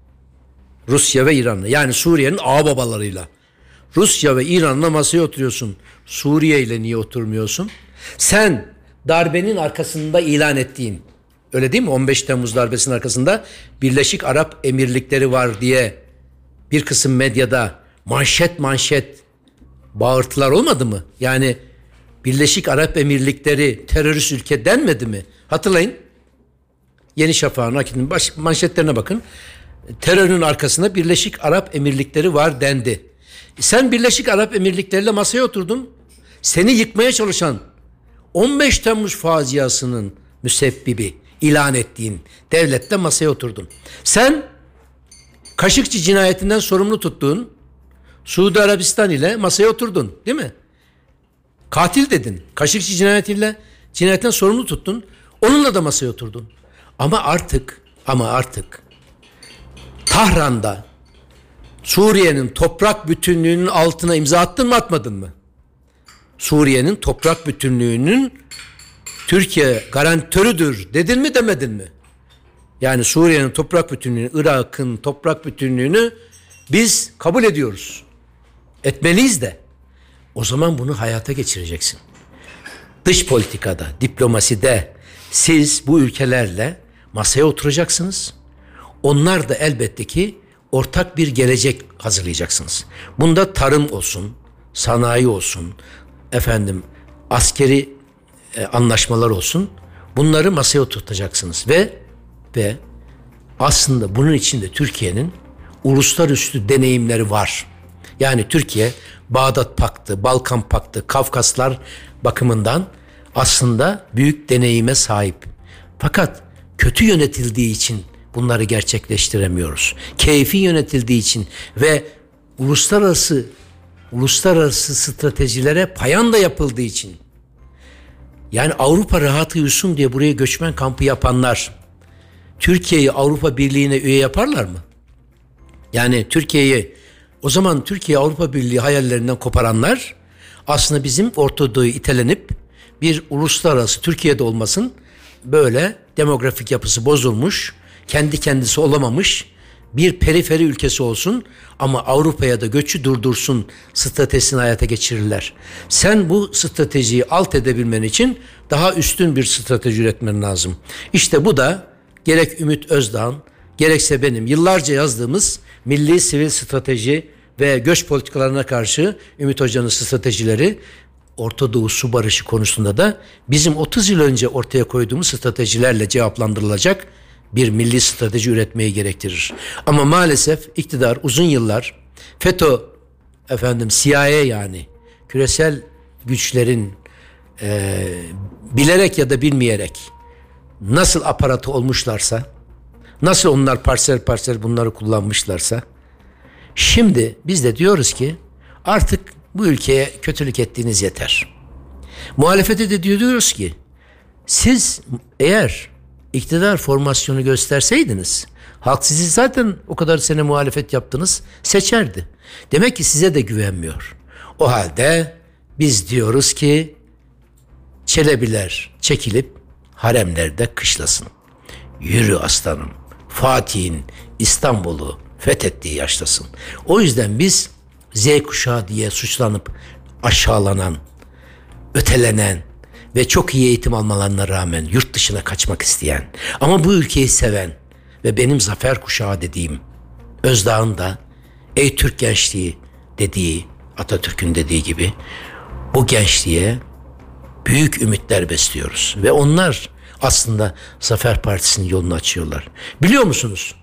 Speaker 3: Rusya ve İran'la, yani Suriye'nin ağababalarıyla. Rusya ve İran'la masaya oturuyorsun. Suriye ile niye oturmuyorsun? Sen darbenin arkasında ilan ettiğin, öyle değil mi? 15 Temmuz darbesinin arkasında Birleşik Arap Emirlikleri var diye bir kısım medyada manşet bağırtılar olmadı mı? Yani Birleşik Arap Emirlikleri terörist ülke denmedi mi? Hatırlayın. Yeni Şafak'ın Akit'in manşetlerine bakın. Terörün arkasında Birleşik Arap Emirlikleri var dendi. Sen Birleşik Arap Emirlikleri'yle masaya oturdun. Seni yıkmaya çalışan 15 Temmuz faciasının müsebbibi ilan ettiğin devlette masaya oturdun. Sen Kaşıkçı cinayetinden sorumlu tuttuğun Suudi Arabistan ile masaya oturdun, değil mi? Katil dedin. Kaşıkçı cinayetten sorumlu tuttun. Onunla da masaya oturdun. Ama artık Tahran'da Suriye'nin toprak bütünlüğünün altına imza attın mı, atmadın mı? Suriye'nin toprak bütünlüğünün Türkiye garantörüdür dedin mi, demedin mi? Yani Suriye'nin toprak bütünlüğünü, Irak'ın toprak bütünlüğünü biz kabul ediyoruz. Etmeliyiz de. O zaman bunu hayata geçireceksin. Dış politikada, diplomaside siz bu ülkelerle masaya oturacaksınız. Onlar da elbette ki ortak bir gelecek hazırlayacaksınız. Bunda tarım olsun, sanayi olsun, askeri anlaşmalar olsun. Bunları masaya oturtacaksınız ve aslında bunun içinde Türkiye'nin uluslararası deneyimleri var. Yani Türkiye Bağdat Paktı, Balkan Paktı, Kafkaslar bakımından aslında büyük deneyime sahip. Fakat kötü yönetildiği için bunları gerçekleştiremiyoruz. Keyfi yönetildiği için ve uluslararası stratejilere payanda yapıldığı için. Yani Avrupa rahat uyusun diye buraya göçmen kampı yapanlar Türkiye'yi Avrupa Birliği'ne üye yaparlar mı? Yani o zaman Türkiye Avrupa Birliği hayallerinden koparanlar aslında bizim Orta Doğu'yu itelenip bir uluslararası, Türkiye'de olmasın, böyle demografik yapısı bozulmuş, kendi kendisi olamamış bir periferi ülkesi olsun ama Avrupa'ya da göçü durdursun stratejisini hayata geçirirler. Sen bu stratejiyi alt edebilmen için daha üstün bir strateji üretmen lazım. İşte bu da gerek Ümit Özdağ'ın gerekse benim yıllarca yazdığımız Milli Sivil Strateji ve Göç Politikalarına karşı Ümit Hoca'nın stratejileri, Orta Doğu su barışı konusunda da bizim 30 yıl önce ortaya koyduğumuz stratejilerle cevaplandırılacak bir milli strateji üretmeyi gerektirir. Ama maalesef iktidar uzun yıllar FETÖ, CIA, yani küresel güçlerin bilerek ya da bilmeyerek nasıl aparatı olmuşlarsa, nasıl onlar parsel parsel bunları kullanmışlarsa, şimdi biz de diyoruz ki artık bu ülkeye kötülük ettiğiniz yeter. Muhalefete de diyoruz ki siz eğer iktidar formasyonu gösterseydiniz, halk sizi zaten o kadar sene muhalefet yaptınız, seçerdi. Demek ki size de güvenmiyor. O halde biz diyoruz ki Çelebiler çekilip haremlerde kışlasın. Yürü aslanım, Fatih'in İstanbul'u fethettiği yaştasın. O yüzden biz Z kuşağı diye suçlanıp aşağılanan, ötelenen ve çok iyi eğitim almalarına rağmen yurt dışına kaçmak isteyen ama bu ülkeyi seven ve benim zafer kuşağı dediğim Özdağ'ın da ey Türk gençliği dediği, Atatürk'ün dediği gibi bu gençliğe büyük ümitler besliyoruz ve onlar aslında Zafer Partisi'nin yolunu açıyorlar. Biliyor musunuz?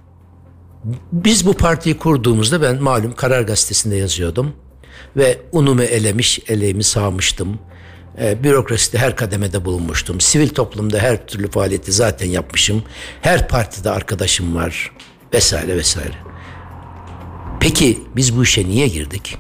Speaker 3: Biz bu partiyi kurduğumuzda ben malum Karar Gazetesi'nde yazıyordum ve unumu eleğimi sağmıştım. Bürokraside her kademede bulunmuştum. Sivil toplumda her türlü faaliyeti zaten yapmışım. Her partide arkadaşım var vesaire vesaire. Peki biz bu işe niye girdik?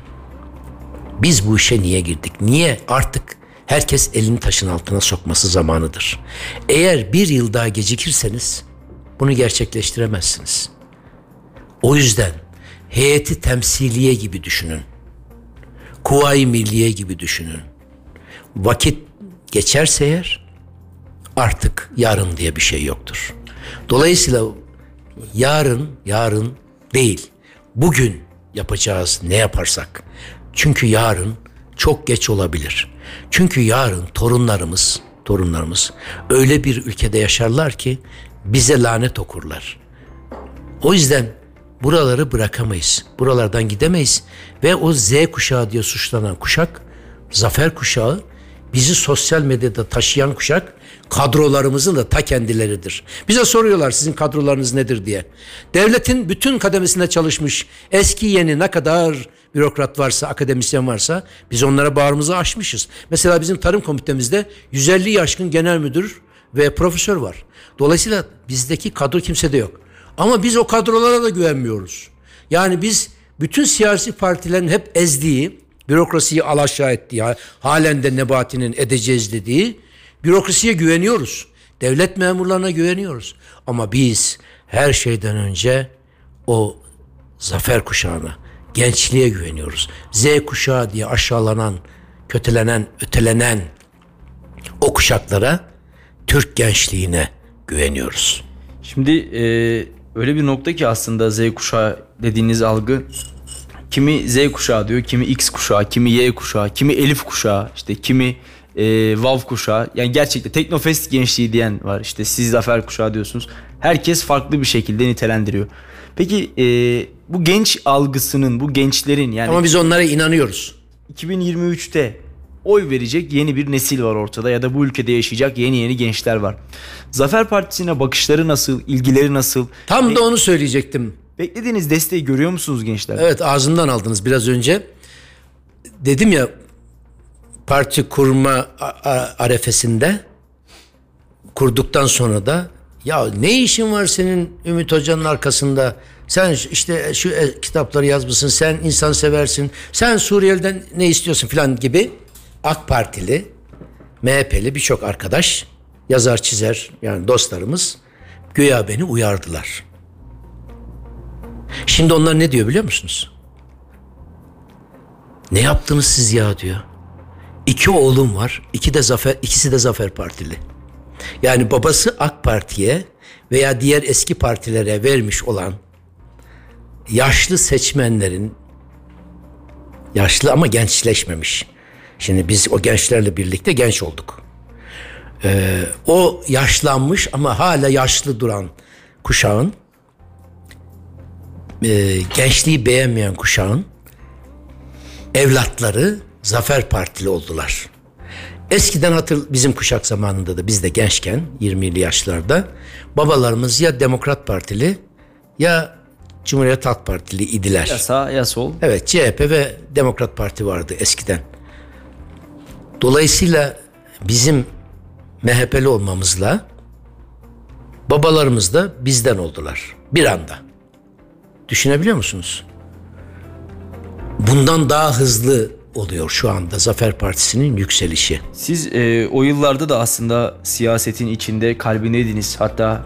Speaker 3: Niye? Artık herkes elini taşın altına sokması zamanıdır. Eğer bir yıl daha gecikirseniz bunu gerçekleştiremezsiniz. O yüzden heyeti temsiliye gibi düşünün. Kuvayi Milliye gibi düşünün. Vakit geçerse eğer artık yarın diye bir şey yoktur. Dolayısıyla yarın değil, bugün yapacağız ne yaparsak. Çünkü yarın çok geç olabilir. Çünkü yarın torunlarımız öyle bir ülkede yaşarlar ki bize lanet okurlar. O yüzden buraları bırakamayız. Buralardan gidemeyiz. Ve o Z kuşağı diye suçlanan kuşak, zafer kuşağı, bizi sosyal medyada taşıyan kuşak, kadrolarımızın da ta kendileridir. Bize soruyorlar sizin kadrolarınız nedir diye. Devletin bütün kademesinde çalışmış eski yeni ne kadar bürokrat varsa, akademisyen varsa biz onlara bağrımızı açmışız. Mesela bizim tarım komitemizde 150 aşkın genel müdür ve profesör var. Dolayısıyla bizdeki kadro kimsede yok. Ama biz o kadrolara da güvenmiyoruz. Yani biz bütün siyasi partilerin hep ezdiği, bürokrasiyi alaşağı ettiği, halen de Nebati'nin edeceğiz dediği bürokrasiye güveniyoruz. Devlet memurlarına güveniyoruz. Ama biz her şeyden önce o zafer kuşağına, gençliğe güveniyoruz. Z kuşağı diye aşağılanan, kötülenen, ötelenen o kuşaklara, Türk gençliğine güveniyoruz.
Speaker 2: Şimdi öyle bir nokta ki aslında Z kuşağı dediğiniz algı, kimi Z kuşağı diyor, kimi X kuşağı, kimi Y kuşağı, kimi Elif kuşağı, işte kimi Vav kuşağı. Yani gerçekten Teknofest gençliği diyen var. İşte siz zafer kuşağı diyorsunuz. Herkes farklı bir şekilde nitelendiriyor. Peki bu genç algısının, bu gençlerin yani...
Speaker 3: Ama biz onlara inanıyoruz.
Speaker 2: 2023'te oy verecek yeni bir nesil var ortada ya da bu ülkede yaşayacak yeni gençler var. Zafer Partisi'ne bakışları nasıl, ilgileri nasıl?
Speaker 3: Tam da onu söyleyecektim.
Speaker 2: Beklediğiniz desteği görüyor musunuz gençler?
Speaker 3: Evet, ağzından aldınız biraz önce. Dedim ya, parti kurma arefesinde, kurduktan sonra da ya ne işin var senin Ümit Hoca'nın arkasında? Sen işte şu kitapları yazmışsın, sen insan seversin, sen Suriyeli'den ne istiyorsun falan gibi AK Partili, MHP'li birçok arkadaş, yazar çizer yani dostlarımız güya beni uyardılar. Şimdi onlar ne diyor biliyor musunuz? Ne yaptınız siz ya diyor. 2 oğlum var, ikisi de Zafer Partili. Yani babası AK Parti'ye veya diğer eski partilere vermiş olan yaşlı seçmenlerin, yaşlı ama gençleşmemiş. Şimdi biz o gençlerle birlikte genç olduk. O yaşlanmış ama hala yaşlı duran kuşağın, gençliği beğenmeyen kuşağın evlatları Zafer Partili oldular. Eskiden bizim kuşak zamanında da biz de gençken 20'li yaşlarda babalarımız ya Demokrat Partili ya Cumhuriyet Halk Partili idiler.
Speaker 2: Ya sağ ya sol.
Speaker 3: Evet, CHP ve Demokrat Parti vardı eskiden. Dolayısıyla bizim MHP'li olmamızla babalarımız da bizden oldular bir anda. Düşünebiliyor musunuz? Bundan daha hızlı oluyor şu anda Zafer Partisi'nin yükselişi.
Speaker 2: Siz o yıllarda da aslında siyasetin içinde, kalbindeydiniz. Hatta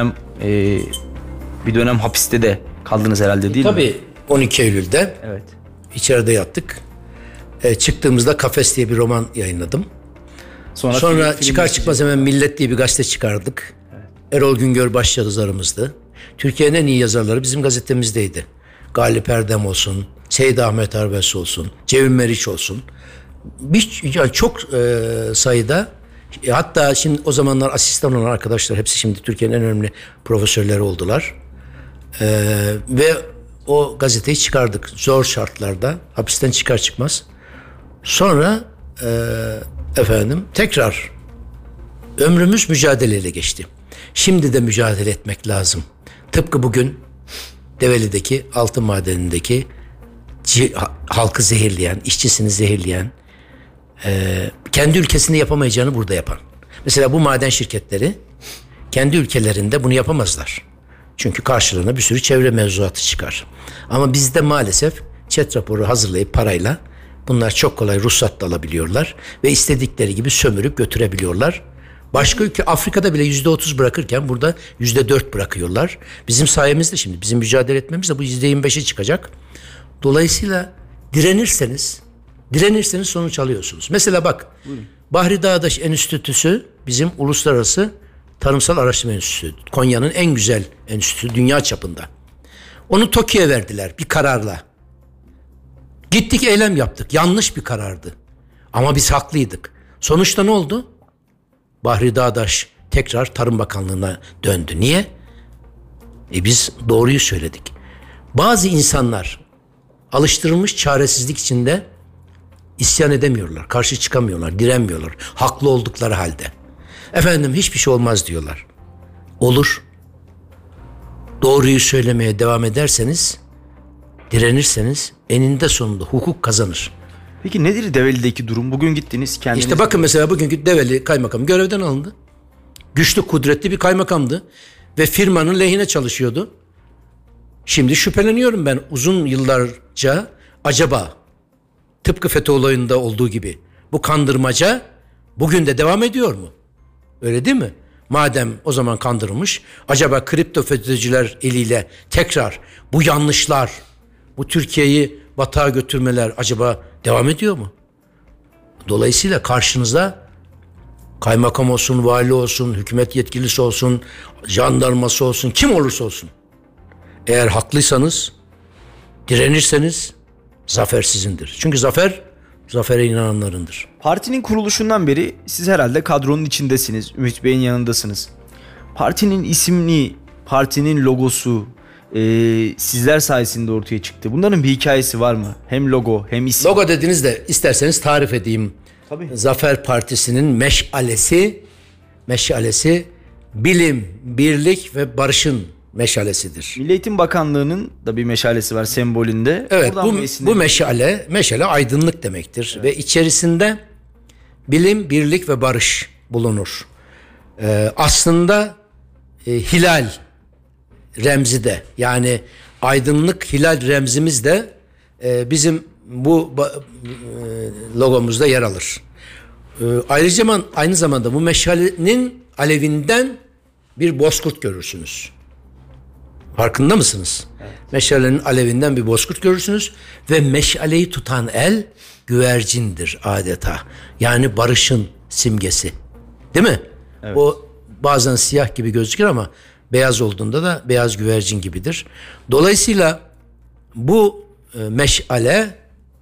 Speaker 2: bir dönem hapiste de kaldınız herhalde, değil mi?
Speaker 3: Tabii 12 Eylül'de
Speaker 2: Evet.
Speaker 3: içeride yattık. Çıktığımızda Kafes diye bir roman yayınladım. Sonra
Speaker 2: film
Speaker 3: çıkar çıkmaz hemen Millet diye bir gazete çıkardık. Evet. Erol Güngör başyazarımızdı. Türkiye'nin en iyi yazarları bizim gazetemizdeydi. Galip Erdem olsun, Seyit Ahmet Arbes olsun, Cevim Meriç olsun. Yani çok sayıda, hatta şimdi o zamanlar asistan olan arkadaşlar hepsi şimdi Türkiye'nin en önemli profesörleri oldular. Ve o gazeteyi çıkardık zor şartlarda, hapisten çıkar çıkmaz. Sonra tekrar ömrümüz mücadeleyle geçti. Şimdi de mücadele etmek lazım. Tıpkı bugün Develi'deki altın madenindeki halkı zehirleyen, işçisini zehirleyen, kendi ülkesinde yapamayacağını burada yapan. Mesela bu maden şirketleri kendi ülkelerinde bunu yapamazlar. Çünkü karşılığına bir sürü çevre mevzuatı çıkar. Ama bizde maalesef çet raporu hazırlayıp parayla bunlar çok kolay ruhsat da alabiliyorlar ve istedikleri gibi sömürüp götürebiliyorlar. Başka ülke Afrika'da bile %30 bırakırken burada %4 bırakıyorlar. Bizim sayemizde şimdi bizim mücadele etmemizde bu %25'e çıkacak. Dolayısıyla direnirseniz sonuç alıyorsunuz. Mesela bak, Bahri Dağdaş Enstitüsü bizim uluslararası tarımsal araştırma enstitüsü. Konya'nın en güzel enstitüsü dünya çapında. Onu TOKİ'ye verdiler bir kararla. Gittik eylem yaptık. Yanlış bir karardı. Ama biz haklıydık. Sonuçta ne oldu? Bahri Dağdaş tekrar Tarım Bakanlığı'na döndü. Niye? Biz doğruyu söyledik. Bazı insanlar alıştırılmış çaresizlik içinde isyan edemiyorlar, karşı çıkamıyorlar, direnmiyorlar. Haklı oldukları halde. Hiçbir şey olmaz diyorlar. Olur. Doğruyu söylemeye devam ederseniz, direnirseniz eninde sonunda hukuk kazanır.
Speaker 2: Peki nedir Develi'deki durum? Bugün gittiniz kendiniz.
Speaker 3: İşte bakın mesela bugünkü Develi kaymakam görevden alındı. Güçlü, kudretli bir kaymakamdı ve firmanın lehine çalışıyordu. Şimdi şüpheleniyorum ben uzun yıllarca, acaba tıpkı FETÖ olayında olduğu gibi bu kandırmaca bugün de devam ediyor mu? Öyle değil mi? Madem o zaman kandırılmış, acaba kripto FETÖ'cüler eliyle tekrar bu yanlışlar, bu Türkiye'yi batağa götürmeler acaba devam ediyor mu? Dolayısıyla karşınıza kaymakam olsun, vali olsun, hükümet yetkilisi olsun, jandarması olsun, kim olursa olsun. Eğer haklıysanız, direnirseniz zafer sizindir. Çünkü zafere inananlarındır.
Speaker 2: Partinin kuruluşundan beri siz herhalde kadronun içindesiniz. Ümit Bey'in yanındasınız. Partinin ismini, partinin logosu sizler sayesinde ortaya çıktı. Bunların bir hikayesi var mı? Hem logo hem isim.
Speaker 3: Logo dediğinizde isterseniz tarif edeyim
Speaker 2: Tabii.
Speaker 3: Zafer Partisi'nin meşalesi bilim, birlik ve barışın meşalesidir.
Speaker 2: Milli Eğitim Bakanlığı'nın da bir meşalesi var sembolünde.
Speaker 3: Evet, bu meşale aydınlık demektir. Evet. Ve içerisinde bilim, birlik ve barış bulunur. Aslında hilal remzi de, yani aydınlık hilal remzimiz de bizim bu logomuzda yer alır. Ayrıca aynı zamanda bu meşalenin alevinden bir bozkurt görürsünüz. Farkında mısınız? Evet. Meşalenin alevinden bir bozkurt görürsünüz ve meşaleyi tutan el güvercindir adeta. Yani barışın simgesi. Değil mi? Evet. O bazen siyah gibi gözükür ama beyaz olduğunda da beyaz güvercin gibidir. Dolayısıyla bu meşale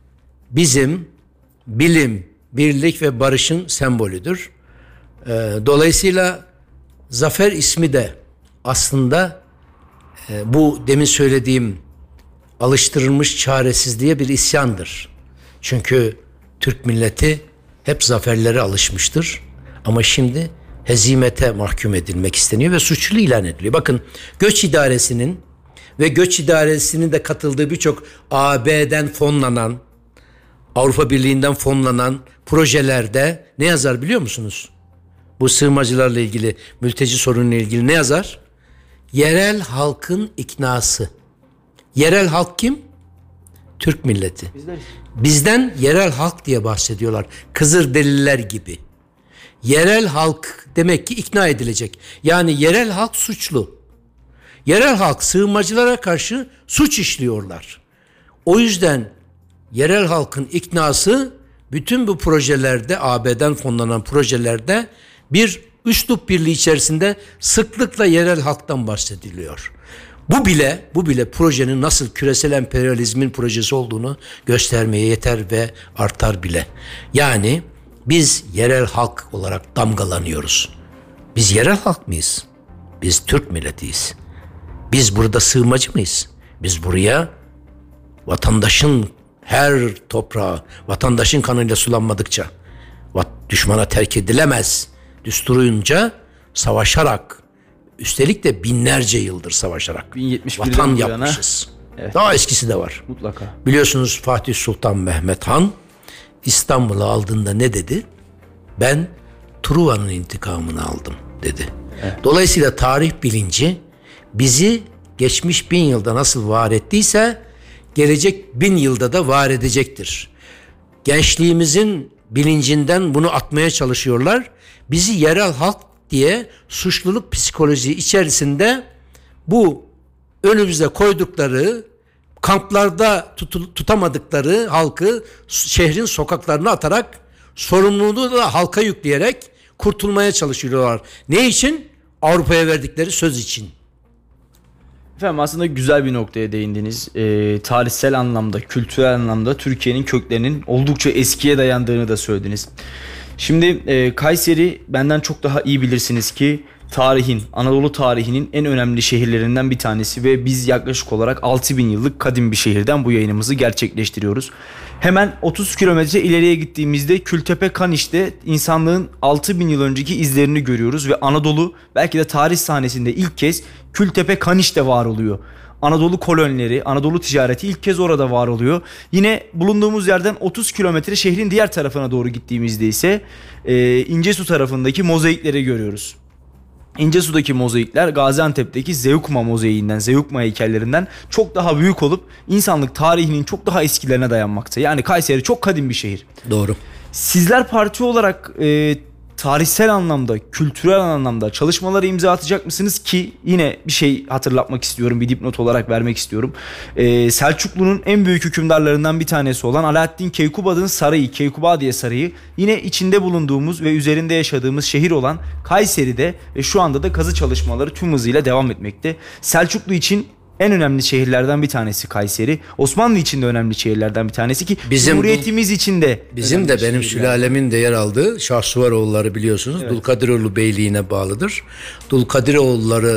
Speaker 3: bizim bilim, birlik ve barışın sembolüdür. Dolayısıyla zafer ismi de aslında bu demin söylediğim alıştırılmış çaresizliğe bir isyandır. Çünkü Türk milleti hep zaferlere alışmıştır ama şimdi hezimete mahkum edilmek isteniyor ve suçlu ilan ediliyor. Bakın göç idaresinin ve göç idaresinin de katıldığı birçok AB'den fonlanan, Avrupa Birliği'nden fonlanan projelerde ne yazar biliyor musunuz? Bu sığınmacılarla ilgili, mülteci sorunuyla ilgili ne yazar? Yerel halkın iknası. Yerel halk kim? Türk milleti. Bizden yerel halk diye bahsediyorlar. Kızılderililer gibi. Yerel halk demek ki ikna edilecek. Yani yerel halk suçlu. Yerel halk sığınmacılara karşı suç işliyorlar. O yüzden yerel halkın iknası bütün bu projelerde, AB'den fonlanan projelerde bir üslup birliği içerisinde sıklıkla yerel halktan bahsediliyor. Bu bile projenin nasıl küresel emperyalizmin projesi olduğunu göstermeye yeter ve artar bile. Yani biz yerel halk olarak damgalanıyoruz. Biz yerel halk mıyız? Biz Türk milletiyiz. Biz burada sığınmacı mıyız? Biz buraya vatandaşın her toprağı, vatandaşın kanıyla sulanmadıkça düşmana terk edilemez düsturunca savaşarak, üstelik de binlerce yıldır savaşarak vatan yapmışız. Evet. Daha eskisi de var.
Speaker 2: Mutlaka.
Speaker 3: Biliyorsunuz Fatih Sultan Mehmet Han İstanbul'u aldığında ne dedi? Ben Truva'nın intikamını aldım dedi. Evet. Dolayısıyla tarih bilinci bizi geçmiş 1000 yılda nasıl var ettiyse gelecek 1000 yılda da var edecektir. Gençliğimizin bilincinden bunu atmaya çalışıyorlar. Bizi yerel halk diye suçluluk psikolojisi içerisinde bu önümüze koydukları kamplarda tutamadıkları halkı şehrin sokaklarına atarak sorumluluğu da halka yükleyerek kurtulmaya çalışıyorlar. Ne için? Avrupa'ya verdikleri söz için.
Speaker 2: Efendim aslında güzel bir noktaya değindiniz. Tarihsel anlamda, kültürel anlamda Türkiye'nin köklerinin oldukça eskiye dayandığını da söylediniz. Şimdi Kayseri benden çok daha iyi bilirsiniz ki Anadolu tarihinin en önemli şehirlerinden bir tanesi ve biz yaklaşık olarak 6000 yıllık kadim bir şehirden bu yayınımızı gerçekleştiriyoruz. Hemen 30 kilometre ileriye gittiğimizde Kültepe Kaniş'te insanlığın 6000 yıl önceki izlerini görüyoruz ve Anadolu belki de tarih sahnesinde ilk kez Kültepe Kaniş'te var oluyor. Anadolu kolonileri, Anadolu ticareti ilk kez orada var oluyor. Yine bulunduğumuz yerden 30 kilometre şehrin diğer tarafına doğru gittiğimizde ise İncesu tarafındaki mozaikleri görüyoruz. İncesu'daki mozaikler Gaziantep'teki Zeugma mozaiğinden, Zeugma heykellerinden çok daha büyük olup insanlık tarihinin çok daha eskilerine dayanmakta. Yani Kayseri çok kadim bir şehir.
Speaker 3: Doğru.
Speaker 2: Sizler parti olarak tarihsel anlamda, kültürel anlamda çalışmalara imza atacak mısınız ki yine bir şey hatırlatmak istiyorum, bir dipnot olarak vermek istiyorum. Selçuklu'nun en büyük hükümdarlarından bir tanesi olan Alaaddin Keykubat'ın sarayı, Keykubadiye Sarayı yine içinde bulunduğumuz ve üzerinde yaşadığımız şehir olan Kayseri'de ve şu anda da kazı çalışmaları tüm hızıyla devam etmekte. Selçuklu için en önemli şehirlerden bir tanesi Kayseri. Osmanlı için de önemli şehirlerden bir tanesi ki Cumhuriyetimiz için de.
Speaker 3: Bizim de benim sülalemin de yer aldığı Şahsuvaroğulları biliyorsunuz. Evet. Dulkadiroğlu Beyliği'ne bağlıdır. Dulkadiroğulları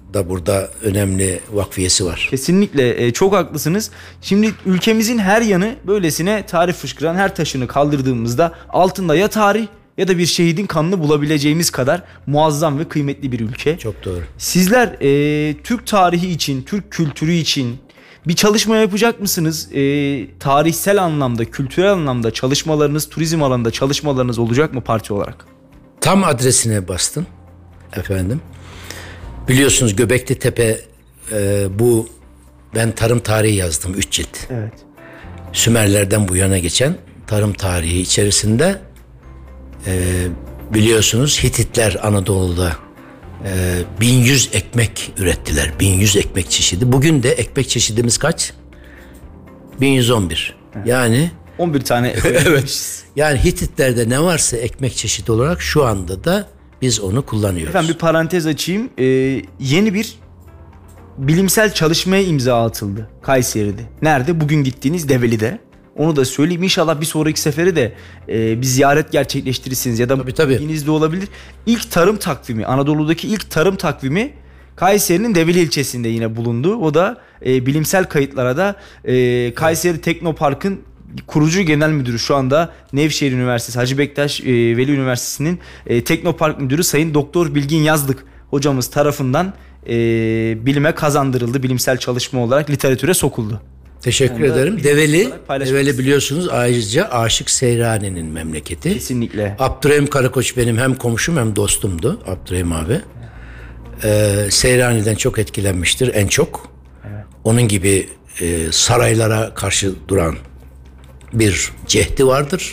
Speaker 3: da burada önemli vakfiyesi var.
Speaker 2: Kesinlikle çok haklısınız. Şimdi ülkemizin her yanı böylesine tarih fışkıran, her taşını kaldırdığımızda altında ya tarih ya da bir şehidin kanını bulabileceğimiz kadar muazzam ve kıymetli bir ülke.
Speaker 3: Çok doğru.
Speaker 2: Sizler Türk tarihi için, Türk kültürü için bir çalışma yapacak mısınız? Tarihsel anlamda, kültürel anlamda çalışmalarınız, turizm alanında çalışmalarınız olacak mı parti olarak?
Speaker 3: Tam adresine bastın efendim. Biliyorsunuz Göbekli Tepe, ben tarım tarihi yazdım 3 cilt.
Speaker 2: Evet.
Speaker 3: Sümerlerden bu yana geçen tarım tarihi içerisinde biliyorsunuz Hititler Anadolu'da 1100 ekmek ürettiler. 1100 ekmek çeşidi. Bugün de ekmek çeşidimiz kaç? 1111. Evet. Yani
Speaker 2: 11 tane.
Speaker 3: Evet. Yani Hititlerde ne varsa ekmek çeşidi olarak şu anda da biz onu kullanıyoruz.
Speaker 2: Efendim bir parantez açayım. Yeni bir bilimsel çalışmaya imza atıldı Kayseri'de. Nerede? Bugün gittiğiniz Develi'de. Onu da söyleyeyim. İnşallah bir sonraki sefere de bir ziyaret gerçekleştirirsiniz ya da bilginizde olabilir. İlk tarım takvimi, Anadolu'daki ilk tarım takvimi Kayseri'nin Develi ilçesinde yine bulundu. O da bilimsel kayıtlara da Kayseri Teknopark'ın kurucu genel müdürü, şu anda Nevşehir Üniversitesi Hacı Bektaş Veli Üniversitesi'nin Teknopark Müdürü Sayın Doktor Bilgin Yazlık hocamız tarafından bilime kazandırıldı. Bilimsel çalışma olarak literatüre sokuldu.
Speaker 3: Teşekkür ederim. Develi biliyorsunuz ayrıca Aşık Seyrani'nin memleketi.
Speaker 2: Kesinlikle.
Speaker 3: Abdurrahim Karakoç benim hem komşum hem dostumdu. Abdurrahim abi. Seyrani'den çok etkilenmiştir en çok. Evet. Onun gibi saraylara karşı duran bir cehdi vardır.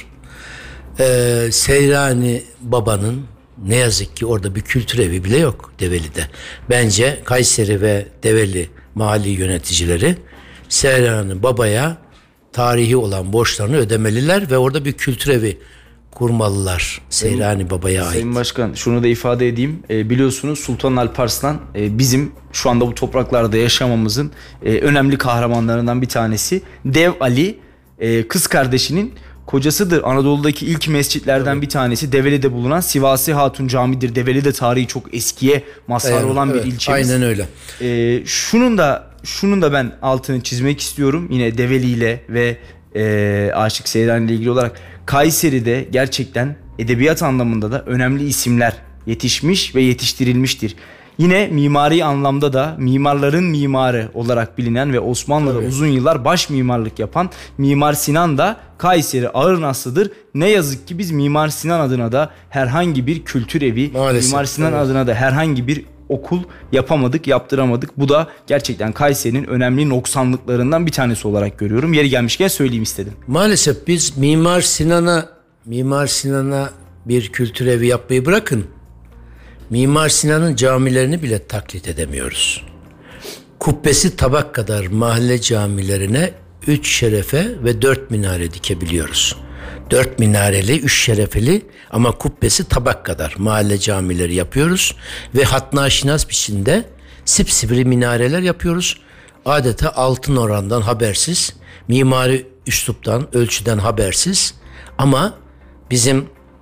Speaker 3: Seyrani babanın ne yazık ki orada bir kültür evi bile yok Develi'de. Bence Kayseri ve Develi mahalli yöneticileri Seyrani babaya tarihi olan borçlarını ödemeliler ve orada bir kültür evi kurmalılar Seyrani babaya ait.
Speaker 2: Sayın Başkan, şunu da ifade edeyim. Biliyorsunuz Sultan Alparslan bizim şu anda bu topraklarda yaşamamızın önemli kahramanlarından bir tanesi. Dev Ali kız kardeşinin kocasıdır. Anadolu'daki ilk mescitlerden bir tanesi Develi'de bulunan Sivasi Hatun Camii'dir. Develi de tarihi çok eskiye mazhar olan bir ilçemiz.
Speaker 3: Aynen öyle.
Speaker 2: Şunun da ben altını çizmek istiyorum. Yine Develi ile ve Aşık Seyrani ile ilgili olarak Kayseri'de gerçekten edebiyat anlamında da önemli isimler yetişmiş ve yetiştirilmiştir. Yine mimari anlamda da mimarların mimarı olarak bilinen ve Osmanlı'da uzun yıllar baş mimarlık yapan Mimar Sinan da Kayseri Ağırnaslı'dır. Ne yazık ki biz Mimar Sinan adına da herhangi bir kültür evi, maalesef, Mimar Sinan adına da herhangi bir okul yapamadık, yaptıramadık. Bu da gerçekten Kayseri'nin önemli noksanlıklarından bir tanesi olarak görüyorum. Yeri gelmişken söyleyeyim istedim.
Speaker 3: Maalesef biz Mimar Sinan'a bir kültür evi yapmayı bırakın. Mimar Sinan'ın camilerini bile taklit edemiyoruz. Kubbesi tabak kadar mahalle camilerine 3 şerefe ve 4 minare dikebiliyoruz. 4 minareli, 3 şerefeli ama kubbesi tabak kadar mahalle camileri yapıyoruz. Ve hatnaşinas biçimde sipsivri minareler yapıyoruz. Adeta altın orandan habersiz, mimari üsluptan, ölçüden habersiz. Ama bizim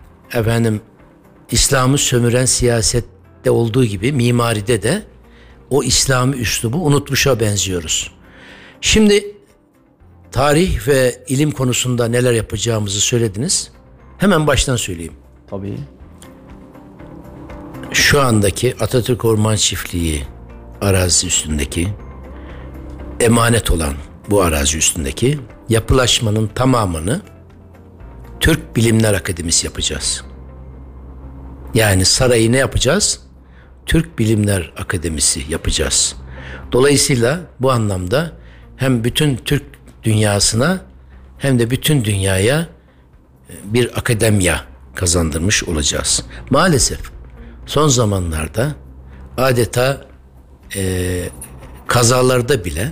Speaker 3: İslam'ı sömüren siyasette olduğu gibi mimaride de o İslami üslubu unutmuşa benziyoruz. Şimdi tarih ve ilim konusunda neler yapacağımızı söylediniz. Hemen baştan söyleyeyim.
Speaker 2: Tabii.
Speaker 3: Şu andaki Atatürk Orman Çiftliği arazi üstündeki emanet olan bu arazi üstündeki yapılaşmanın tamamını Türk Bilimler Akademisi yapacağız. Yani sarayı ne yapacağız? Türk Bilimler Akademisi yapacağız. Dolayısıyla bu anlamda hem bütün Türk dünyasına hem de bütün dünyaya bir akademiya kazandırmış olacağız. Maalesef son zamanlarda adeta kazalarda bile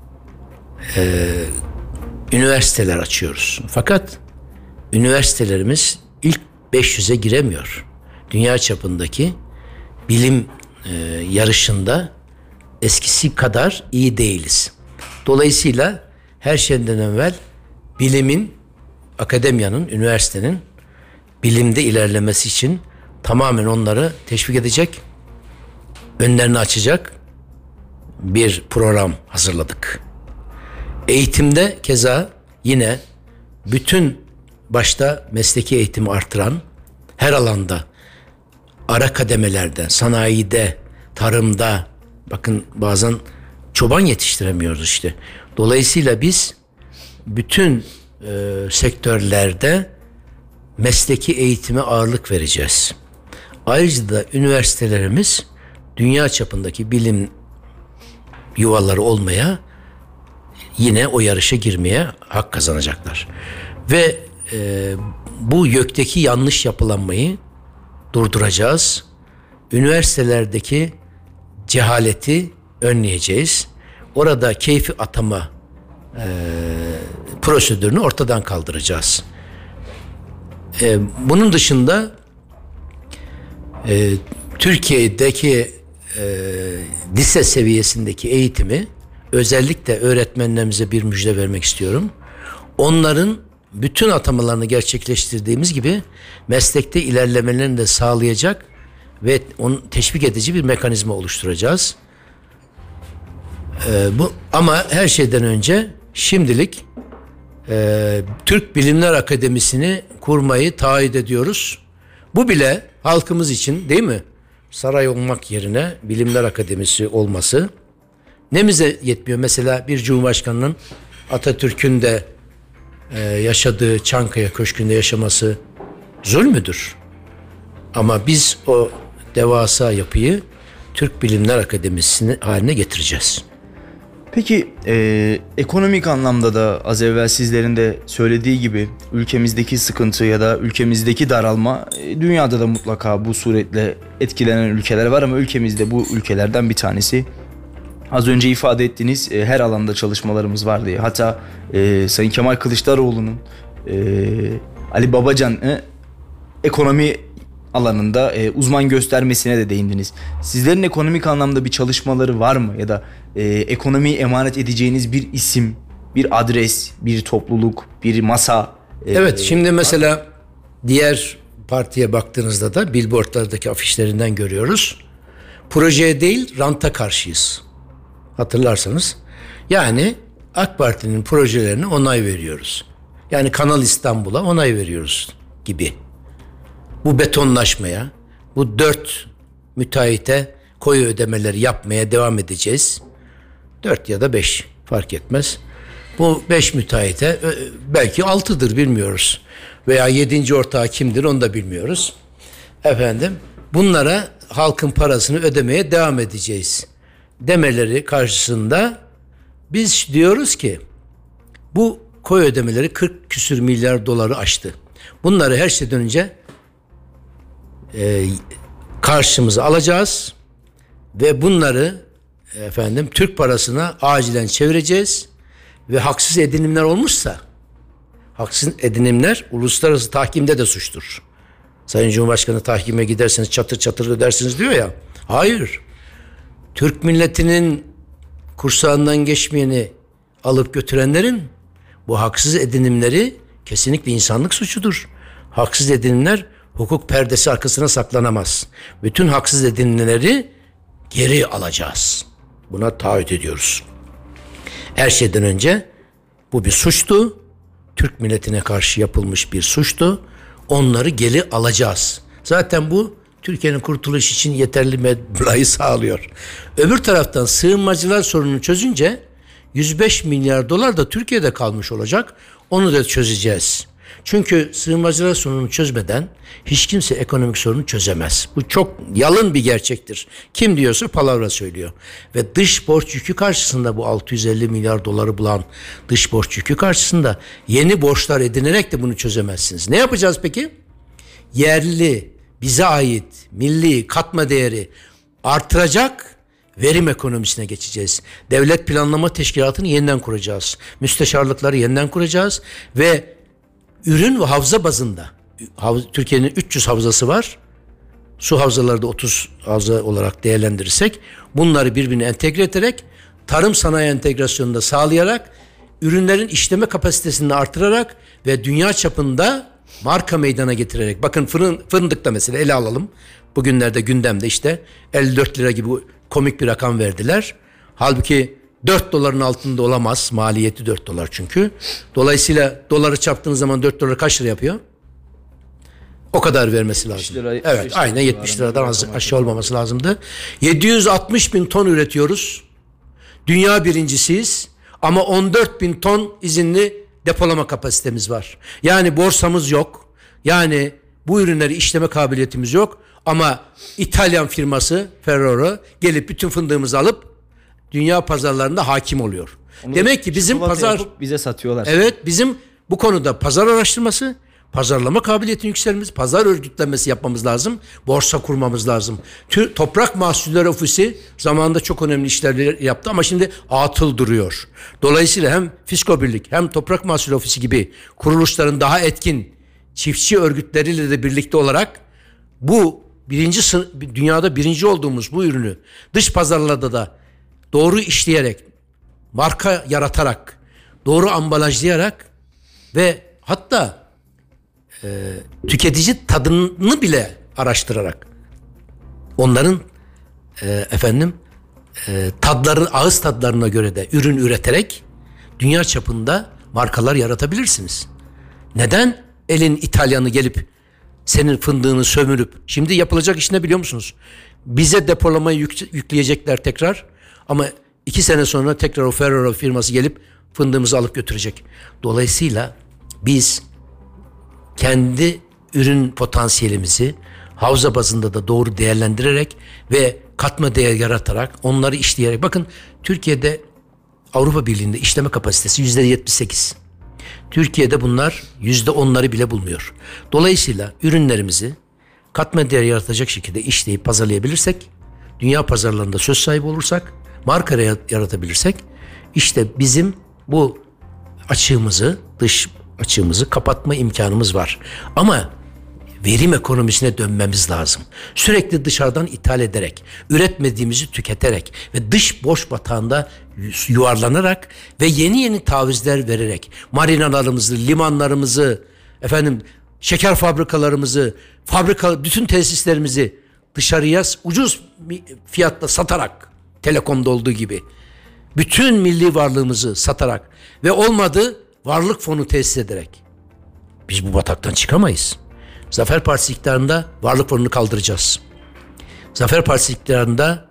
Speaker 3: üniversiteler açıyoruz. Fakat üniversitelerimiz ilk 500'e giremiyor. Dünya çapındaki bilim yarışında eskisi kadar iyi değiliz. Dolayısıyla her şeyden evvel bilimin, akademiyanın, üniversitenin bilimde ilerlemesi için tamamen onları teşvik edecek, önlerini açacak bir program hazırladık. Eğitimde keza yine bütün başta mesleki eğitimi artıran her alanda, ara kademelerde, sanayide, tarımda, bakın bazen çoban yetiştiremiyoruz işte. Dolayısıyla biz bütün sektörlerde mesleki eğitime ağırlık vereceğiz. Ayrıca da üniversitelerimiz dünya çapındaki bilim yuvaları olmaya, yine o yarışa girmeye hak kazanacaklar. Ve bu YÖK'teki yanlış yapılanmayı durduracağız. Üniversitelerdeki cehaleti önleyeceğiz. Orada keyfi atama prosedürünü ortadan kaldıracağız. Bunun dışında Türkiye'deki lise seviyesindeki eğitimi, özellikle öğretmenlerimize bir müjde vermek istiyorum. Onların bütün atamalarını gerçekleştirdiğimiz gibi meslekte ilerlemelerini de sağlayacak ve onu teşvik edici bir mekanizma oluşturacağız. Ama her şeyden önce şimdilik Türk Bilimler Akademisi'ni kurmayı taahhüt ediyoruz. Bu bile halkımız için, değil mi? Saray olmak yerine Bilimler Akademisi olması nemize yetmiyor. Mesela bir Cumhurbaşkanı'nın Atatürk'ün de yaşadığı Çankaya Köşkü'nde yaşaması zulmüdür. Ama biz o devasa yapıyı Türk Bilimler Akademisi'ni haline getireceğiz.
Speaker 2: Peki ekonomik anlamda da az evvel sizlerin de söylediği gibi ülkemizdeki sıkıntı ya da ülkemizdeki daralma, dünyada da mutlaka bu suretle etkilenen ülkeler var ama ülkemizde bu ülkelerden bir tanesi. Az önce ifade ettiğiniz her alanda çalışmalarımız var diye. Hatta Sayın Kemal Kılıçdaroğlu'nun Ali Babacan'ı ekonomi alanında uzman göstermesine de değindiniz. Sizlerin ekonomik anlamda bir çalışmaları var mı? Ya da ekonomiyi emanet edeceğiniz bir isim, bir adres, bir topluluk, bir masa?
Speaker 3: Evet, şimdi mesela diğer partiye baktığınızda da billboardlardaki afişlerinden görüyoruz. Projeye değil, ranta karşıyız. Hatırlarsanız. Yani AK Parti'nin projelerine onay veriyoruz. Yani Kanal İstanbul'a onay veriyoruz gibi. Bu betonlaşmaya, bu 4 müteahhite koyu ödemeleri yapmaya devam edeceğiz. 4 ya da 5 fark etmez. Bu 5 müteahhite belki 6'dır bilmiyoruz. Veya 7. ortağı kimdir onu da bilmiyoruz. Efendim, bunlara halkın parasını ödemeye devam edeceğiz demeleri karşısında biz diyoruz ki bu koyu ödemeleri 40 küsür milyar doları aştı. Bunları her şeyden önce karşımıza alacağız ve bunları Türk parasına acilen çevireceğiz ve haksız edinimler olmuşsa, haksız edinimler uluslararası tahkimde de suçtur. Sayın Cumhurbaşkanı, tahkime giderseniz çatır çatır ödersiniz diyor ya. Hayır. Türk milletinin kursağından geçmeyeni alıp götürenlerin bu haksız edinimleri kesinlikle insanlık suçudur. Haksız edinimler hukuk perdesi arkasına saklanamaz. Bütün haksız edinimleri geri alacağız. Buna taahhüt ediyoruz. Her şeyden önce bu bir suçtu. Türk milletine karşı yapılmış bir suçtu. Onları geri alacağız. Zaten bu Türkiye'nin kurtuluş için yeterli meblağı sağlıyor. Öbür taraftan sığınmacılar sorununu çözünce 105 milyar dolar da Türkiye'de kalmış olacak. Onu da çözeceğiz. Çünkü sığınmacılar sorununu çözmeden hiç kimse ekonomik sorunu çözemez. Bu çok yalın bir gerçektir. Kim diyorsa palavra söylüyor. Ve dış borç yükü karşısında, bu 650 milyar doları bulan dış borç yükü karşısında yeni borçlar edinerek de bunu çözemezsiniz. Ne yapacağız peki? Yerli, bize ait milli katma değeri artıracak verim ekonomisine geçeceğiz. Devlet Planlama Teşkilatı'nı yeniden kuracağız. Müsteşarlıkları yeniden kuracağız ve ürün ve havza bazında, Türkiye'nin 300 havzası var. Su havzaları da 30 havza olarak değerlendirirsek, bunları birbirine entegre ederek, tarım sanayi entegrasyonunu da sağlayarak, ürünlerin işleme kapasitesini artırarak ve dünya çapında marka meydana getirerek, bakın fındıkta mesela ele alalım. Bugünlerde gündemde işte 54 lira gibi komik bir rakam verdiler. Halbuki 4 doların altında olamaz. Maliyeti 4 dolar çünkü. Dolayısıyla doları çarptığınız zaman 4 dolar kaç lira yapıyor? O kadar vermesi lazım. Evet, aynen 70 liradan aşağı olmaması lazımdı. 760 bin ton üretiyoruz. Dünya birincisiyiz. Ama 14 bin ton izinli depolama kapasitemiz var. Yani borsamız yok. Yani bu ürünleri işleme kabiliyetimiz yok. Ama İtalyan firması Ferrero gelip bütün fındığımızı alıp dünya pazarlarında hakim oluyor. Onu demek ki bizim pazar
Speaker 2: bize satıyorlar.
Speaker 3: Evet, bizim bu konuda pazar araştırması, pazarlama kabiliyetini yükselmemiz, pazar örgütlenmesi yapmamız lazım. Borsa kurmamız lazım. Toprak Mahsulleri Ofisi zamanında çok önemli işler yaptı ama şimdi atıl duruyor. Dolayısıyla hem Fiskobirlik hem Toprak Mahsulleri Ofisi gibi kuruluşların daha etkin çiftçi örgütleriyle de birlikte olarak bu dünyada birinci olduğumuz bu ürünü dış pazarlarda da doğru işleyerek, marka yaratarak, doğru ambalajlayarak ve hatta tüketici tadını bile araştırarak onların ağız tadlarına göre de ürün üreterek dünya çapında markalar yaratabilirsiniz. Neden elin İtalyanı gelip senin fındığını sömürüp, şimdi yapılacak iş ne biliyor musunuz? Bize depolamayı yükleyecekler tekrar ama 2 sene sonra tekrar o Ferrero firması gelip fındığımızı alıp götürecek. Dolayısıyla biz kendi ürün potansiyelimizi havza bazında da doğru değerlendirerek ve katma değer yaratarak onları işleyerek, bakın Türkiye'de Avrupa Birliği'nde işleme kapasitesi %78. Türkiye'de bunlar %10'ları bile bulmuyor. Dolayısıyla ürünlerimizi katma değer yaratacak şekilde işleyip pazarlayabilirsek, dünya pazarlarında söz sahibi olursak, marka yaratabilirsek, işte bizim bu dış açığımızı kapatma imkanımız var. Ama verim ekonomisine dönmemiz lazım. Sürekli dışarıdan ithal ederek, üretmediğimizi tüketerek ve dış borç batağında yuvarlanarak ve yeni tavizler vererek marinalarımızı, limanlarımızı, şeker fabrikalarımızı, bütün tesislerimizi dışarıya ucuz fiyatla satarak, Telekom'da olduğu gibi bütün milli varlığımızı satarak ve olmadı varlık fonu tesis ederek biz bu bataktan çıkamayız. Zafer Partisi iktidarında varlık fonunu kaldıracağız. Zafer Partisi iktidarında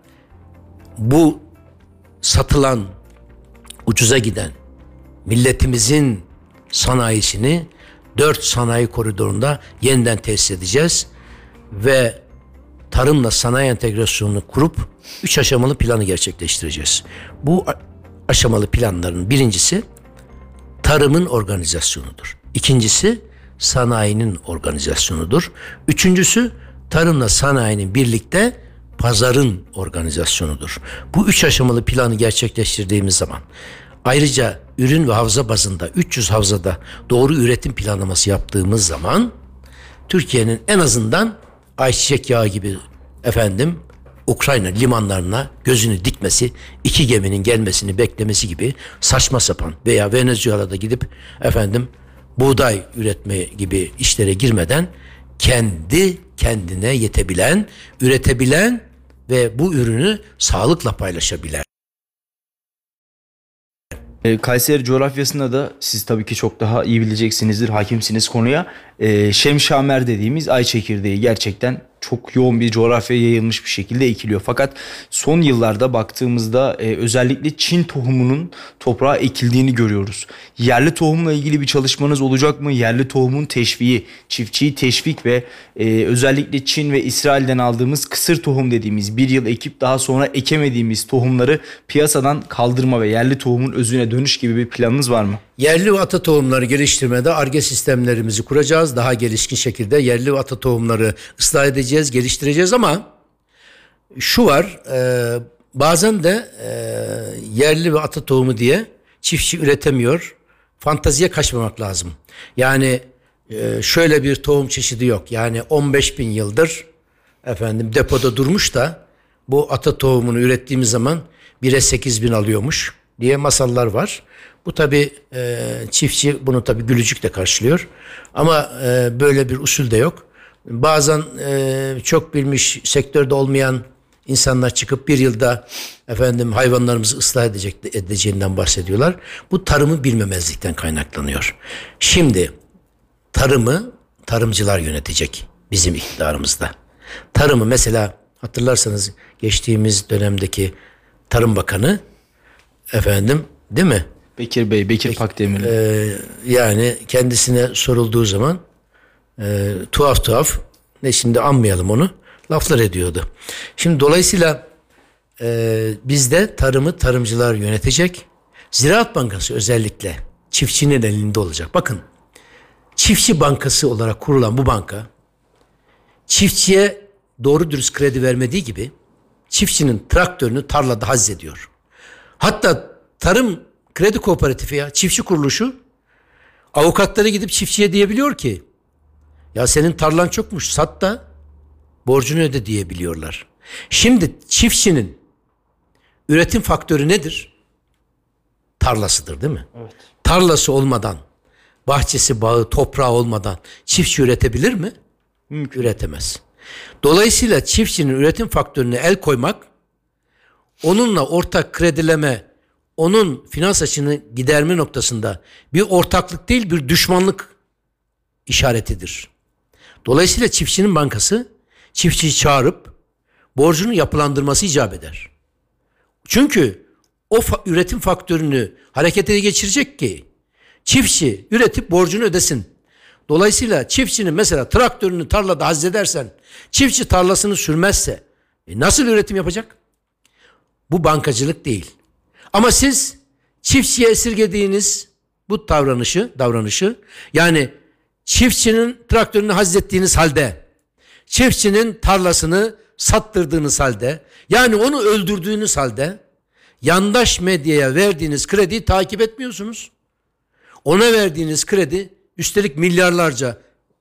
Speaker 3: bu satılan, ucuza giden milletimizin sanayisini 4 sanayi koridorunda yeniden tesis edeceğiz ve tarımla sanayi entegrasyonunu kurup 3 aşamalı planı gerçekleştireceğiz. Bu aşamalı planların birincisi tarımın organizasyonudur. İkincisi sanayinin organizasyonudur. Üçüncüsü tarımla sanayinin birlikte pazarın organizasyonudur. Bu 3 aşamalı planı gerçekleştirdiğimiz zaman, ayrıca ürün ve havza bazında 300 havzada doğru üretim planlaması yaptığımız zaman Türkiye'nin en azından ayçiçek yağı gibi Ukrayna limanlarına gözünü dikmesi, 2 geminin gelmesini beklemesi gibi saçma sapan veya Venezuela'da gidip buğday üretme gibi işlere girmeden kendi kendine yetebilen, üretebilen ve bu ürünü sağlıkla paylaşabilen.
Speaker 2: Kayseri coğrafyasında da siz tabii ki çok daha iyi bileceksinizdir, hakimsiniz konuya. Şemşamer dediğimiz ay çekirdeği gerçekten çok yoğun bir coğrafyaya yayılmış bir şekilde ekiliyor. Fakat son yıllarda baktığımızda özellikle Çin tohumunun toprağa ekildiğini görüyoruz. Yerli tohumla ilgili bir çalışmanız olacak mı? Yerli tohumun teşviği, çiftçiyi teşvik ve özellikle Çin ve İsrail'den aldığımız kısır tohum dediğimiz bir yıl ekip daha sonra ekemediğimiz tohumları piyasadan kaldırma ve yerli tohumun özüne dönüş gibi bir planınız var mı?
Speaker 3: Yerli ve ata tohumları geliştirmede Ar-Ge sistemlerimizi kuracağız. Daha gelişkin şekilde yerli ve ata tohumları ıslah edeceğiz, geliştireceğiz ama şu var, bazen de yerli ve ata tohumu diye çiftçi üretemiyor. Fantaziye kaçmamak lazım. Yani şöyle bir tohum çeşidi yok. Yani 15 bin yıldır depoda durmuş da bu ata tohumunu ürettiğimiz zaman 1'e 8 bin alıyormuş diye masallar var. Bu tabii çiftçi bunu tabii gülücükle karşılıyor. Ama böyle bir usul de yok. Bazen çok bilmiş, sektörde olmayan İnsanlar çıkıp bir yılda hayvanlarımızı ıslah edeceğinden bahsediyorlar. Bu tarımı bilmemezlikten kaynaklanıyor. Şimdi tarımı tarımcılar yönetecek bizim iktidarımızda. Tarımı mesela hatırlarsanız geçtiğimiz dönemdeki Tarım Bakanı değil mi?
Speaker 2: Bekir Pakdemirli.
Speaker 3: Yani kendisine sorulduğu zaman tuhaf ne şimdi anmayalım onu laflar ediyordu. Şimdi dolayısıyla bizde tarımı tarımcılar yönetecek. Ziraat Bankası özellikle çiftçinin elinde olacak. Bakın çiftçi bankası olarak kurulan bu banka çiftçiye doğru dürüst kredi vermediği gibi çiftçinin traktörünü tarlada haczediyor. Hatta tarım kredi kooperatifi çiftçi kuruluşu avukatları gidip çiftçiye diyebiliyor ki ya senin tarlan çokmuş sat da borcunu öde diyebiliyorlar. Şimdi çiftçinin üretim faktörü nedir? Tarlasıdır değil mi? Evet. Tarlası olmadan, bahçesi, bağı, toprağı olmadan çiftçi üretebilir mi? Mümkün. Üretemez. Dolayısıyla çiftçinin üretim faktörüne el koymak, onunla ortak kredileme, onun finans açığını giderme noktasında bir ortaklık değil bir düşmanlık işaretidir. Dolayısıyla çiftçinin bankası çiftçiyi çağırıp borcunu yapılandırması icap eder. Çünkü o üretim faktörünü harekete geçirecek ki çiftçi üretip borcunu ödesin. Dolayısıyla çiftçinin mesela traktörünü tarlada haczedersen, çiftçi tarlasını sürmezse nasıl üretim yapacak? Bu bankacılık değil. Ama siz çiftçiye esirgediğiniz bu davranışı yani çiftçinin traktörünü haczettiğiniz halde, çiftçinin tarlasını sattırdığınız halde, yani onu öldürdüğünüz halde yandaş medyaya verdiğiniz krediyi takip etmiyorsunuz. Ona verdiğiniz kredi, üstelik milyarlarca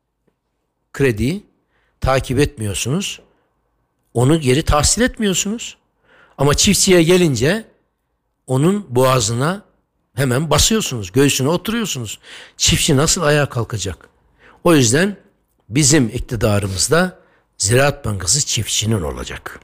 Speaker 3: krediyi takip etmiyorsunuz. Onu geri tahsil etmiyorsunuz. Ama çiftçiye gelince onun boğazına hemen basıyorsunuz, göğsüne oturuyorsunuz. Çiftçi nasıl ayağa kalkacak? O yüzden bizim iktidarımızda Ziraat Bankası çiftçinin olacak.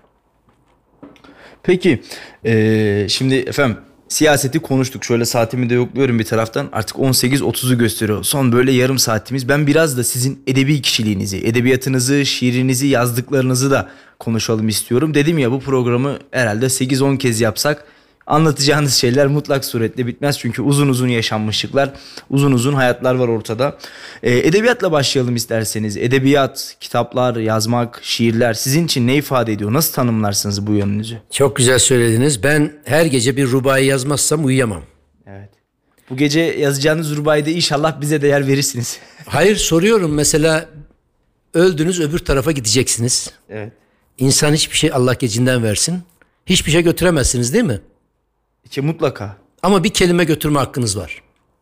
Speaker 2: Peki şimdi efendim siyaseti konuştuk. Şöyle saatimi de yokluyorum bir taraftan. Artık 18.30'u gösteriyor. Son böyle yarım saatimiz. Ben biraz da sizin edebi kişiliğinizi, edebiyatınızı, şiirinizi, yazdıklarınızı da konuşalım istiyorum. Dedim ya bu programı herhalde 8-10 kez yapsak anlatacağınız şeyler mutlak suretle bitmez. Çünkü uzun uzun yaşanmışlıklar, uzun uzun hayatlar var ortada. Edebiyatla başlayalım isterseniz. Edebiyat, kitaplar, yazmak, şiirler sizin için ne ifade ediyor? Nasıl tanımlarsınız bu yönünüzü?
Speaker 3: Çok güzel söylediniz. Ben her gece bir rubai yazmazsam uyuyamam.
Speaker 2: Evet. Bu gece yazacağınız rubaide inşallah bize de yer verirsiniz.
Speaker 3: Hayır, soruyorum mesela, öldünüz, öbür tarafa gideceksiniz.
Speaker 2: Evet.
Speaker 3: İnsan hiçbir şey, Allah gecinden versin, hiçbir şey götüremezsiniz değil mi?
Speaker 2: Ki mutlaka.
Speaker 3: Ama bir kelime götürme hakkınız var.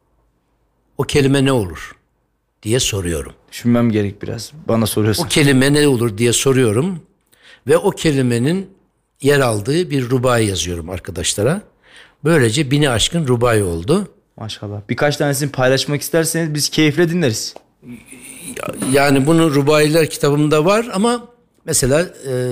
Speaker 3: O kelime ne olur diye soruyorum.
Speaker 2: Düşünmem gerek biraz. Bana soruyorsun.
Speaker 3: O kelime ne olur diye soruyorum. Ve o kelimenin yer aldığı bir rubai yazıyorum arkadaşlara. Böylece 1000'i aşkın rubai oldu.
Speaker 2: Maşallah. Birkaç tanesini paylaşmak isterseniz biz keyifle dinleriz.
Speaker 3: Yani bunun rubailer kitabımda var ama mesela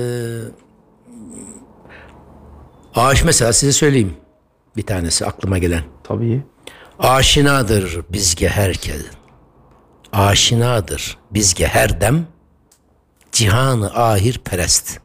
Speaker 3: mesela size söyleyeyim. Bir tanesi aklıma gelen.
Speaker 2: Tabii.
Speaker 3: Aşinadır bizge herkes. Aşinadır bizge her dem. Cihanı ahir perest.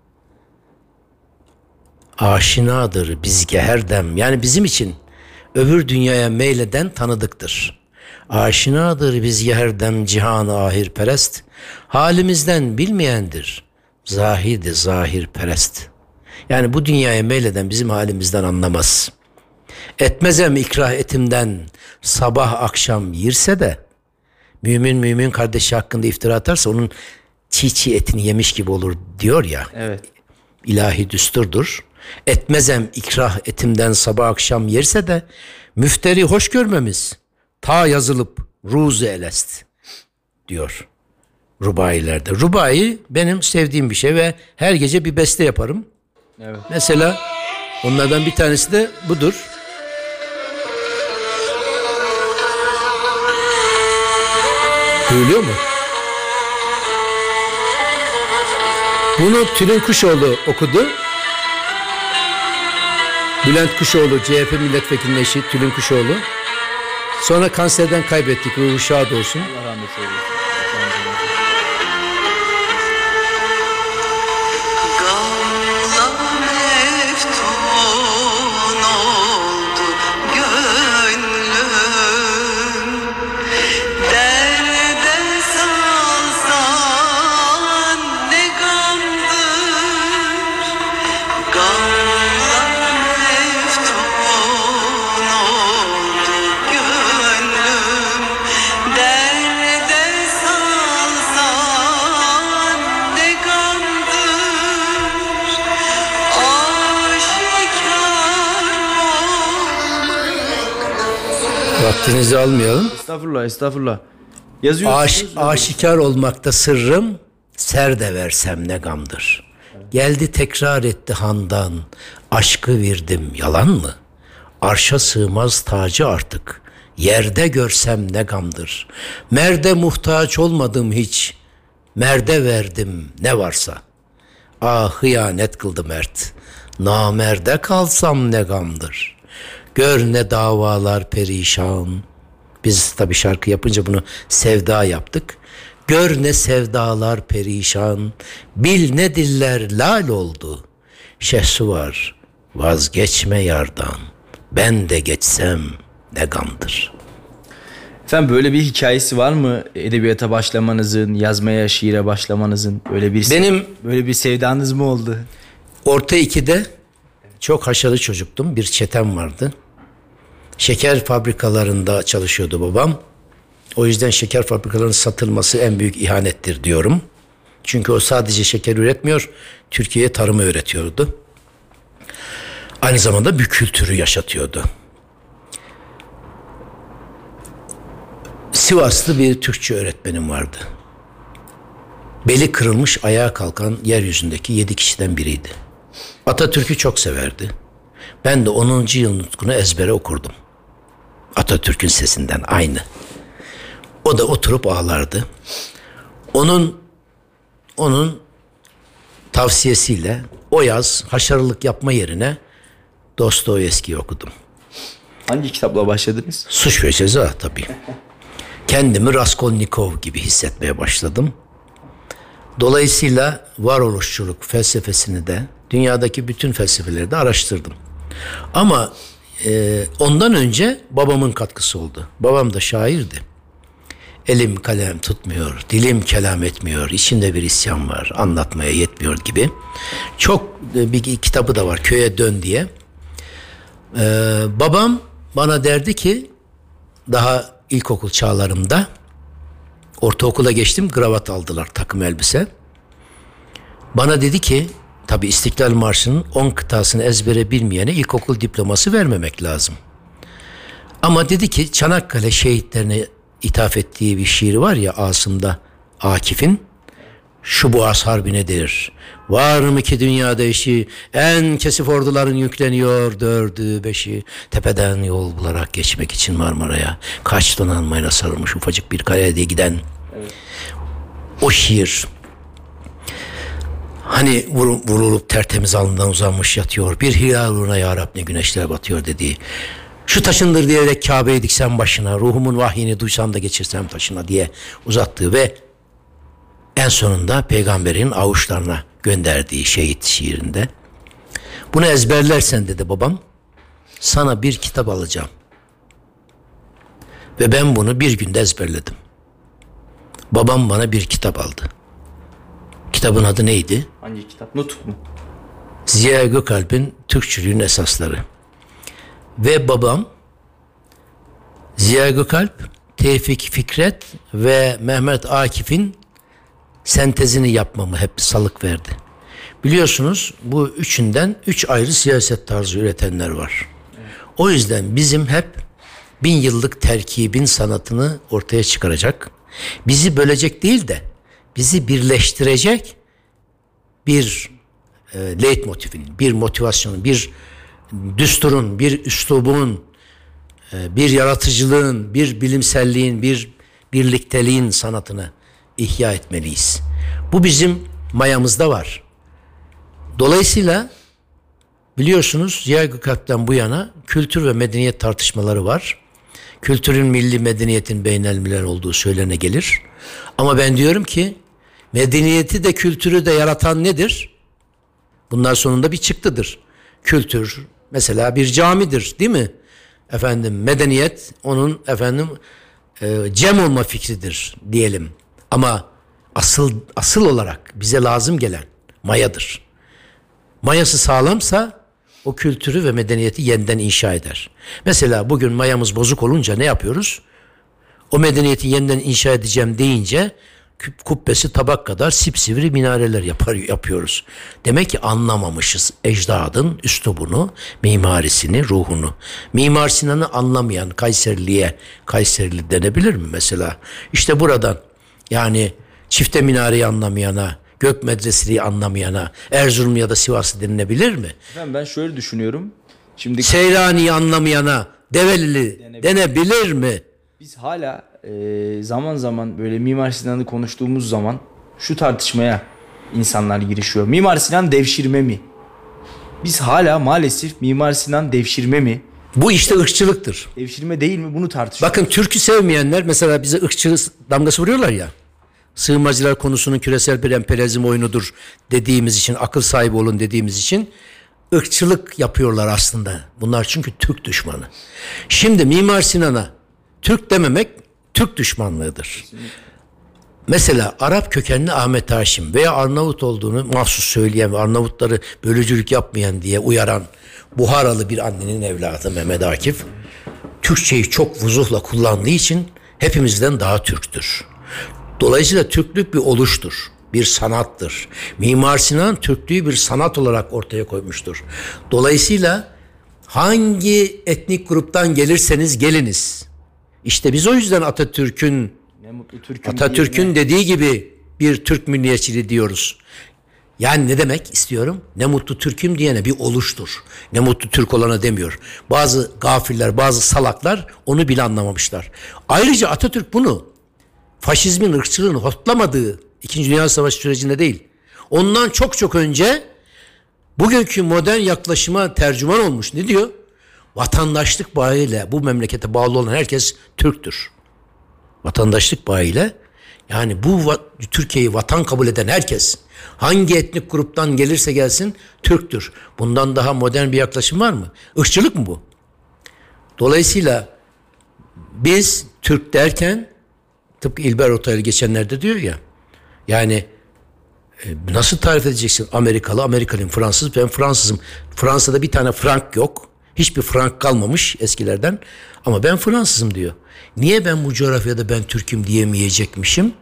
Speaker 3: Aşinadır bizge her dem. Yani bizim için öbür dünyaya meyleden tanıdıktır. Aşinadır bizge her dem cihanı ahir perest. Halimizden bilmeyendir. Zahidi zahir perest. Yani bu dünyaya meyleden bizim halimizden anlamaz. Etmezem ikrah etimden sabah akşam yirse de mümin kardeşi hakkında iftira atarsa onun çiğ etini yemiş gibi olur diyor ya.
Speaker 2: Evet.
Speaker 3: İlahi düsturdur. Etmezem ikrah etimden sabah akşam yerse de müfteri hoş görmemiz ta yazılıp ruzu elest diyor rubailerde. Rubai benim sevdiğim bir şey ve her gece bir beste yaparım.
Speaker 2: Evet.
Speaker 3: Mesela onlardan bir tanesi de budur. Duyuluyor mu? Bunu Tülin Kuşoğlu okudu. Bülent Kuşoğlu, CHP milletvekilinin eşi Tülin Kuşoğlu. Sonra kanserden kaybettik. Ruhu şad olsun.
Speaker 2: Allah rahmet eylesin.
Speaker 3: Vaktinizi almayalım.
Speaker 2: Estağfurullah, estağfurullah. Yazıyorsunuz.
Speaker 3: Aşikar olmakta sırrım, ser de versem ne gamdır. Geldi tekrar etti handan, aşkı verdim yalan mı? Arşa sığmaz tacı artık, yerde görsem ne gamdır. Merde muhtaç olmadım hiç, merde verdim ne varsa. Ah hıyanet kıldı mert, namerde kalsam ne gamdır. Gör ne davalar perişan. Biz tabii şarkı yapınca bunu sevda yaptık. Gör ne sevdalar perişan. Bil ne diller lal oldu. Şehsuvar vazgeçme yardan. Ben de geçsem ne gamdır.
Speaker 2: Efendim böyle bir hikayesi var mı edebiyata başlamanızın, yazmaya, şiire başlamanızın? Böyle bir sevdanız mı oldu?
Speaker 3: Orta 2'de çok haşarı çocuktum. Bir çetem vardı. Şeker fabrikalarında çalışıyordu babam. O yüzden şeker fabrikalarının satılması en büyük ihanettir diyorum. Çünkü o sadece şeker üretmiyor, Türkiye'ye tarımı öğretiyordu. Aynı zamanda bir kültürü yaşatıyordu. Sivaslı bir Türkçe öğretmenim vardı. Beli kırılmış, ayağa kalkan yeryüzündeki 7 kişiden biriydi. Atatürk'ü çok severdi. Ben de 10. yıl nutkunu ezbere okurdum. Atatürk'ün sesinden aynı. O da oturup ağlardı. Onun tavsiyesiyle o yaz haşarılık yapma yerine Dostoyevski'yi okudum.
Speaker 2: Hangi kitapla başladınız?
Speaker 3: Suç ve Ceza tabii. Kendimi Raskolnikov gibi hissetmeye başladım. Dolayısıyla varoluşçuluk felsefesini de, dünyadaki bütün felsefeleri de araştırdım. Ama ondan önce babamın katkısı oldu. Babam da şairdi. Elim kalem tutmuyor, dilim kelam etmiyor, içimde bir isyan var, anlatmaya yetmiyor gibi. Çok bir kitabı da var, Köye Dön diye. Babam bana derdi ki, daha ilkokul çağlarımda, ortaokula geçtim, kravat aldılar, takım elbise. Bana dedi ki, tabii İstiklal Marşı'nın 10 kıtasını ezbere bilmeyene ilkokul diploması vermemek lazım. Ama dedi ki, Çanakkale şehitlerine ithaf ettiği bir şiiri var ya Asım'da, Akif'in. Şu Boğaz Harbi nedir? Var mı ki dünyada eşi? En kesif orduların yükleniyor 4'ü 5'i. Tepeden yol bularak geçmek için Marmara'ya. Kaç donanmayla sarılmış ufacık bir kaleye diye giden. Evet. O şiir. Hani vurulup tertemiz alnından uzanmış yatıyor. Bir hilal uğruna ya Rab ne güneşler batıyor dediği. Şu taşındır diyerek Kabe'yi diksem başına, ruhumun vahyini duysam da geçirsem taşına diye uzattığı ve en sonunda peygamberin avuçlarına gönderdiği şehit şiirinde. Bunu ezberlersen dedi babam, sana bir kitap alacağım. Ve ben bunu bir günde ezberledim. Babam bana bir kitap aldı. Kitabın adı neydi?
Speaker 2: Hangi kitap? Nutuk mu?
Speaker 3: Ziya Gökalp'in Türkçülüğün Esasları. Ve babam Ziya Gökalp, Tevfik Fikret ve Mehmet Akif'in sentezini yapmamı hep salık verdi. Biliyorsunuz bu üçünden 3 ayrı siyaset tarzı üretenler var. O yüzden bizim hep 1000 yıllık terkibin sanatını ortaya çıkaracak, bizi bölecek değil de bizi birleştirecek bir leitmotifin, bir motivasyonun, bir düsturun, bir üslubun, bir yaratıcılığın, bir bilimselliğin, bir birlikteliğin sanatını ihya etmeliyiz. Bu bizim mayamızda var. Dolayısıyla biliyorsunuz Ziya Gökalp'ten bu yana kültür ve medeniyet tartışmaları var. Kültürün milli, medeniyetin beynelmiler olduğu söylene gelir. Ama ben diyorum ki medeniyeti de kültürü de yaratan nedir? Bunlar sonunda bir çıktıdır. Kültür mesela bir camidir, değil mi? Medeniyet onun cem olma fikridir diyelim. Ama asıl olarak bize lazım gelen mayadır. Mayası sağlamsa o kültürü ve medeniyeti yeniden inşa eder. Mesela bugün mayamız bozuk olunca ne yapıyoruz? O medeniyeti yeniden inşa edeceğim deyince kubbesi tabak kadar sipsivri minareler yapıyoruz. Demek ki anlamamışız ecdadın üslubunu, mimarisini, ruhunu. Mimar Sinan'ı anlamayan Kayserili'ye Kayserili denebilir mi mesela? İşte buradan yani çifte minareyi anlamayana, Gök Medreseli'yi anlamayana Erzurum ya da Sivas'ı denilebilir mi?
Speaker 2: Ben şöyle düşünüyorum. Şimdi
Speaker 3: Seyrani'yi anlamayana Develili denebilir mi?
Speaker 2: Biz hala zaman zaman böyle Mimar Sinan'ı konuştuğumuz zaman şu tartışmaya insanlar girişiyor. Mimar Sinan devşirme mi? Biz hala maalesef Mimar Sinan devşirme mi?
Speaker 3: Bu işte ırkçılıktır.
Speaker 2: Devşirme değil mi? Bunu tartışıyoruz.
Speaker 3: Bakın Türk'ü sevmeyenler mesela bize ırkçı damgası vuruyorlar ya. Sığınmacılar konusunun küresel bir emperyalizm oyunudur dediğimiz için, akıl sahibi olun dediğimiz için ırkçılık yapıyorlar aslında. Bunlar çünkü Türk düşmanı. Şimdi Mimar Sinan'a Türk dememek Türk düşmanlığıdır. Kesinlikle. Mesela Arap kökenli Ahmet Haşim veya Arnavut olduğunu mahsus söyleyen ve Arnavutları bölücülük yapmayan diye uyaran Buharalı bir annenin evladı Mehmet Akif, Türkçeyi çok vuzuhla kullandığı için hepimizden daha Türktür. Dolayısıyla Türklük bir oluştur, bir sanattır. Mimar Sinan Türklüğü bir sanat olarak ortaya koymuştur. Dolayısıyla hangi etnik gruptan gelirseniz geliniz. İşte biz o yüzden Atatürk'ün dediği gibi bir Türk milliyetçiliği diyoruz. Yani ne demek istiyorum? Ne mutlu Türk'üm diyene bir oluştur. Ne mutlu Türk olana demiyor. Bazı gafiller, bazı salaklar onu bile anlamamışlar. Ayrıca Atatürk bunu faşizmin, ırkçılığını hotlamadığı 2. Dünya Savaşı sürecinde değil. Ondan çok çok önce bugünkü modern yaklaşıma tercüman olmuş. Ne diyor? Vatandaşlık bağıyla bu memlekete bağlı olan herkes Türktür. Vatandaşlık bağıyla yani bu Türkiye'yi vatan kabul eden herkes hangi etnik gruptan gelirse gelsin Türktür. Bundan daha modern bir yaklaşım var mı? Irkçılık mı bu? Dolayısıyla biz Türk derken tıpkı İlber Ortaylı geçenlerde diyor ya yani nasıl tarif edeceksin? Amerikalı, Amerikalıyım, Fransız, ben Fransızım. Fransa'da bir tane frank yok. Hiçbir frank kalmamış eskilerden. Ama ben Fransızım diyor. Niye ben bu coğrafyada ben Türk'üm diyemeyecekmişim?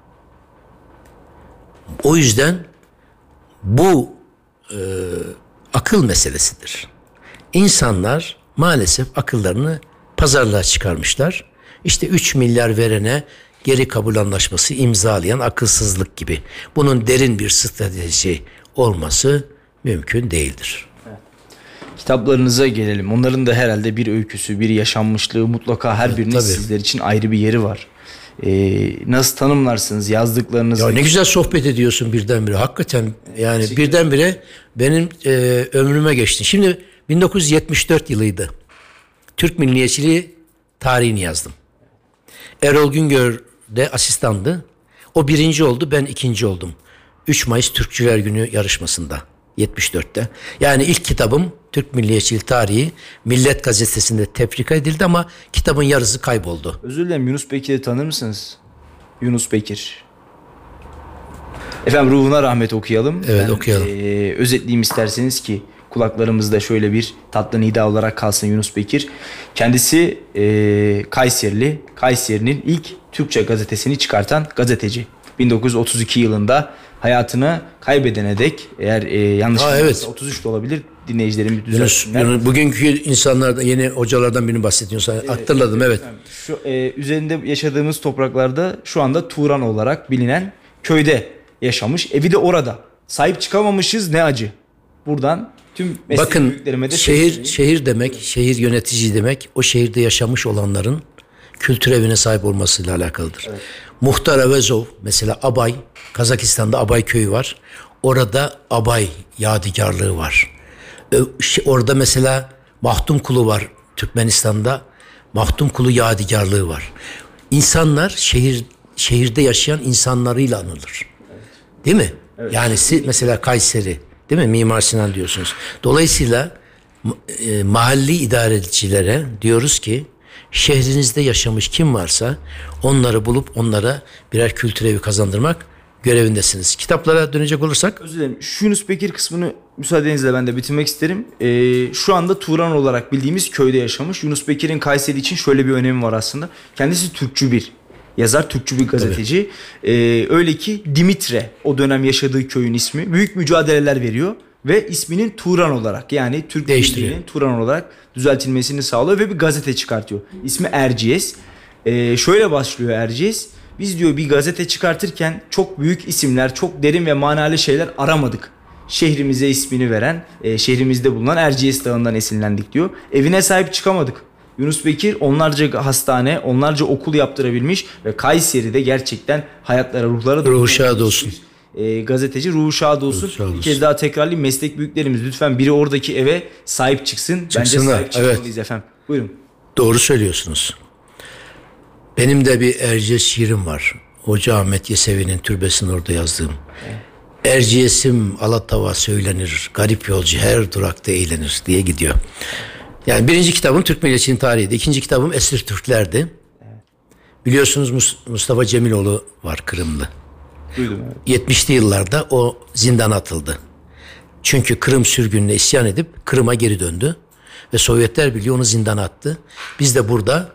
Speaker 3: O yüzden bu akıl meselesidir. İnsanlar maalesef akıllarını pazarlığa çıkarmışlar. İşte 3 milyar verene geri kabul anlaşması imzalayan akılsızlık gibi. Bunun derin bir strateji olması mümkün değildir.
Speaker 2: Kitaplarınıza gelelim. Onların da herhalde bir öyküsü, bir yaşanmışlığı mutlaka her birinin sizler için ayrı bir yeri var. Nasıl tanımlarsınız yazdıklarınızı?
Speaker 3: Ya ne güzel sohbet ediyorsun birdenbire. Hakikaten yani birdenbire benim ömrüme geçti. Şimdi 1974 yılıydı. Türk milliyetçiliği tarihini yazdım. Erol Güngör de asistandı. O birinci oldu, ben ikinci oldum. 3 Mayıs Türkçüler Günü yarışmasında 74'te. Yani ilk kitabım Türk Milliyetçiliği Tarihi Millet Gazetesi'nde tefrika edildi ama kitabın yarısı kayboldu.
Speaker 2: Özür dilerim, Yunus Bekir'i tanır mısınız? Yunus Bekir. Efendim ruhuna rahmet okuyalım.
Speaker 3: Evet, okuyalım.
Speaker 2: Özetleyeyim isterseniz ki kulaklarımızda şöyle bir tatlı nida olarak kalsın Yunus Bekir. Kendisi Kayserili. Kayseri'nin ilk Türkçe gazetesini çıkartan gazeteci. 1932 yılında hayatını kaybedene dek eğer yanlış
Speaker 3: evet.
Speaker 2: 33 de olabilir, dinleyicilerim düzeltsinler.
Speaker 3: Bugünkü insanlardan, yeni hocalardan birini bahsediyorsun. Hatırladım, evet.
Speaker 2: Şu üzerinde yaşadığımız topraklarda şu anda Turan olarak bilinen köyde yaşamış. Evi de orada. Sahip çıkamamışız, ne acı. Buradan tüm meslek büyüklerime de
Speaker 3: şehir demek, şehir yönetici demek, o şehirde yaşamış olanların kültür evine sahip olmasıyla alakalıdır. Evet. Muhtar Avezov mesela Abay, Kazakistan'da Abay köyü var. orada abay yadigarlığı var. Orada mesela Mahtumkulu var Türkmenistan'da. Mahtumkulu yadigarlığı var. İnsanlar şehirde yaşayan insanlarıyla anılır. Değil mi? Evet. Yani mesela Kayseri, değil mi? Mimar Sinan diyorsunuz. Dolayısıyla mahalli idarecilere diyoruz ki şehrinizde yaşamış kim varsa onları bulup onlara birer kültür evi kazandırmak görevindesiniz. Kitaplara dönecek olursak.
Speaker 2: Özür dilerim. Şu Yunus Bekir kısmını müsaadenizle ben de bitirmek isterim. Şu anda Turan olarak bildiğimiz köyde yaşamış. Yunus Bekir'in Kayseri için şöyle bir önemi var aslında. Kendisi Türkçü bir yazar, Türkçü bir gazeteci. Öyle ki Dimitre o dönem yaşadığı köyün ismi. Büyük mücadeleler veriyor ve isminin Turan olarak, yani Türk dilinin Turan olarak düzeltilmesini sağlıyor ve bir gazete çıkartıyor. İsmi Erciyes. Şöyle başlıyor Erciyes. Biz diyor bir gazete çıkartırken çok büyük isimler, çok derin ve manalı şeyler aramadık. Şehrimize ismini veren, şehrimizde bulunan Erciyes Dağı'ndan esinlendik diyor. Evine sahip çıkamadık. Yunus Bekir onlarca hastane, onlarca okul yaptırabilmiş ve Kayseri'de gerçekten hayatlara, ruhlara...
Speaker 3: Ruhu şad olsun.
Speaker 2: Gazeteci, ruhu şad olsun. Bir kez daha tekrarlayayım, meslek büyüklerimiz lütfen biri oradaki eve sahip çıksın. Bence sahip çıkmalıyız efendim. Buyurun.
Speaker 3: Doğru söylüyorsunuz. Benim de bir Erciyes şiirim var. Hoca Ahmet Yesevi'nin türbesinin orada yazdığım. Erciyes'im Alatava söylenir, garip yolcu her durakta eğlenir diye gidiyor. Yani birinci kitabım Türk Milliyetçiliğinin tarihiydi. İkinci kitabım Esir Türkler'di. Biliyorsunuz Mustafa Cemiloğlu var, Kırımlı.
Speaker 2: Duydum, evet.
Speaker 3: 70'li yıllarda o zindana atıldı. Çünkü Kırım sürgününe isyan edip Kırım'a geri döndü. Ve Sovyetler Birliği onu zindana attı. Biz de burada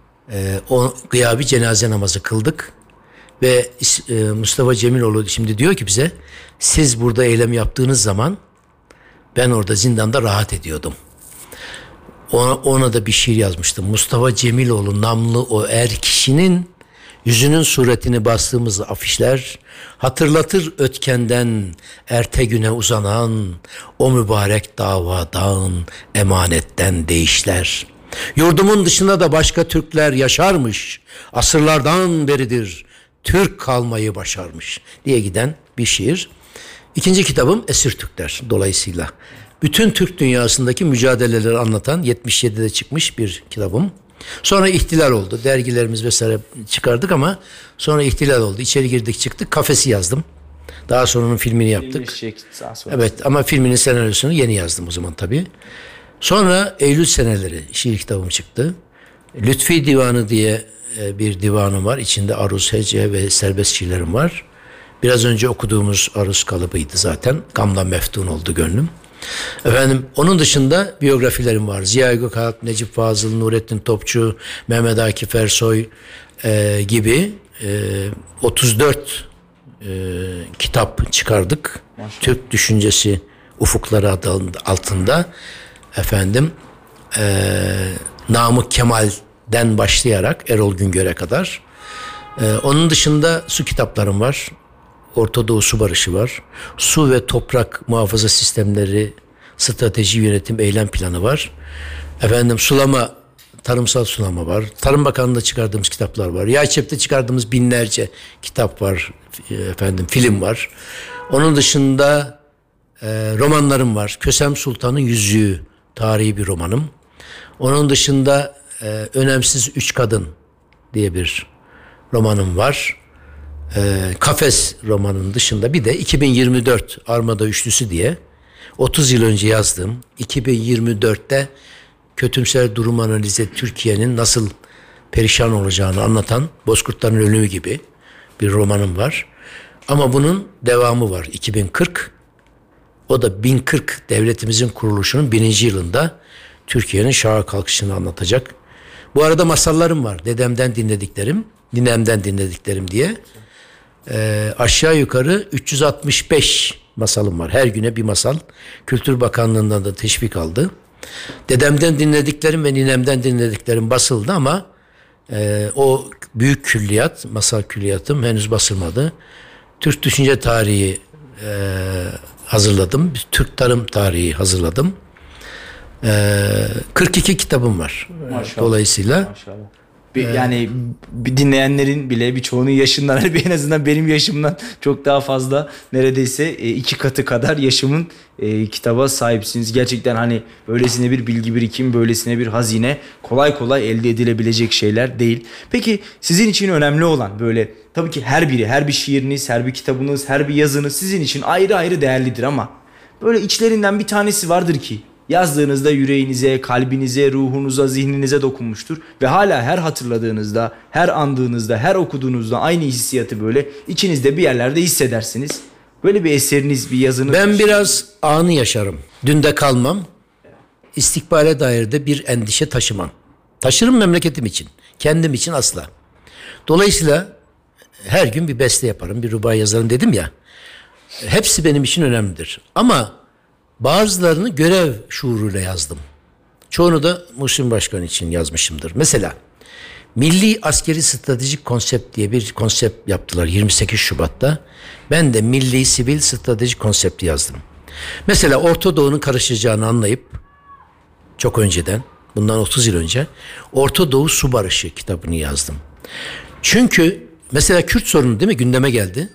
Speaker 3: o gıyabi cenaze namazı kıldık. Ve Mustafa Cemiloğlu şimdi diyor ki bize, siz burada eylem yaptığınız zaman ben orada zindanda rahat ediyordum. Ona da bir şiir yazmıştım. Mustafa Cemiloğlu namlı o kişinin yüzünün suretini bastığımız afişler hatırlatır ötkenden erte güne uzanan o mübarek davadan, emanetten değişler. Yurdumun dışında da başka Türkler yaşarmış. Asırlardan beridir Türk kalmayı başarmış diye giden bir şiir. İkinci kitabım Esir Türkler dolayısıyla. Bütün Türk dünyasındaki mücadeleleri anlatan 77'de çıkmış bir kitabım. Sonra ihtilal oldu. Dergilerimiz vesaire çıkardık ama sonra ihtilal oldu. İçeri girdik çıktık. Kafesi yazdım. Daha sonra onun filmini yaptık. Evet, ama filminin senaryosunu yeni yazdım o zaman tabii. Sonra Eylül Seneleri şiir kitabım çıktı. Lütfi Divanı diye bir divanım var. İçinde aruz, hece ve serbest şiirlerim var. Biraz önce okuduğumuz aruz kalıbıydı zaten. Gamdan meftun oldu gönlüm. Efendim, onun dışında biyografilerim var. Ziya Gökalp, Necip Fazıl, Nurettin Topçu, Mehmet Akif Ersoy gibi 34 kitap çıkardık. Maşallah. Türk düşüncesi ufukları adı altında. Efendim, Namık Kemal'den başlayarak Erol Güngör'e kadar. Onun dışında su kitaplarım var. Orta Doğu Su Barışı var. Su ve toprak muhafaza sistemleri, strateji, yönetim, eylem planı var. Efendim, sulama, tarımsal sulama var. Tarım Bakanlığı'nda çıkardığımız kitaplar var. Yayçep'te çıkardığımız binlerce kitap var. Efendim, film var. Onun dışında romanlarım var. Kösem Sultan'ın Yüzüğü, tarihi bir romanım. Onun dışında Önemsiz Üç Kadın diye bir romanım var. Kafes romanının dışında bir de 2024 Armada Üçlüsü diye 30 yıl önce yazdığım, 2024'te kötümser durum analizi Türkiye'nin nasıl perişan olacağını anlatan Bozkurtların Ölümü gibi bir romanım var. Ama bunun devamı var, 2040. O da 1040 devletimizin kuruluşunun 1. yılında Türkiye'nin şaha kalkışını anlatacak. Bu arada masallarım var. Dedemden dinlediklerim, ninemden dinlediklerim diye. Aşağı yukarı 365 masalım var. Her güne bir masal. Kültür Bakanlığı'ndan da teşvik aldı. Dedemden dinlediklerim ve ninemden dinlediklerim basıldı ama o büyük külliyat, masal külliyatım henüz basılmadı. Türk düşünce tarihi hazırladım. Türk tarım tarihi hazırladım. 42 kitabım var.
Speaker 2: Maşallah.
Speaker 3: Dolayısıyla
Speaker 2: Maşallah. Yani dinleyenlerin bile birçoğunun yaşından en azından benim yaşımdan çok daha fazla, neredeyse 2 katı kadar yaşımın kitaba sahipsiniz. Gerçekten hani böylesine bir bilgi birikim, böylesine bir hazine kolay kolay elde edilebilecek şeyler değil. Peki sizin için önemli olan, böyle tabii ki her bir şiiriniz, her bir kitabınız, her bir yazınız sizin için ayrı ayrı değerlidir ama böyle içlerinden bir tanesi vardır ki yazdığınızda yüreğinize, kalbinize, ruhunuza, zihninize dokunmuştur ve hala her hatırladığınızda, her andığınızda, her okuduğunuzda aynı hissiyatı böyle içinizde bir yerlerde hissedersiniz. Böyle bir eseriniz, bir yazınız.
Speaker 3: Ben biraz anı yaşarım. Dünde kalmam. İstikbale dair de bir endişe taşımam. Taşırım memleketim için. Kendim için asla. Dolayısıyla her gün bir beste yaparım, bir rubai yazarım dedim ya. Hepsi benim için önemlidir. Ama bazılarını görev şuuruyla yazdım. Çoğunu da Muhsin Başkan için yazmışımdır. Mesela Milli Askeri Stratejik Konsept diye bir konsept yaptılar 28 Şubat'ta. Ben de Milli Sivil Stratejik Konsepti yazdım. Mesela Orta Doğu'nun karışacağını anlayıp çok önceden, bundan 30 yıl önce Orta Doğu Su Barışı kitabını yazdım. Çünkü mesela Kürt sorunu değil mi gündeme geldi.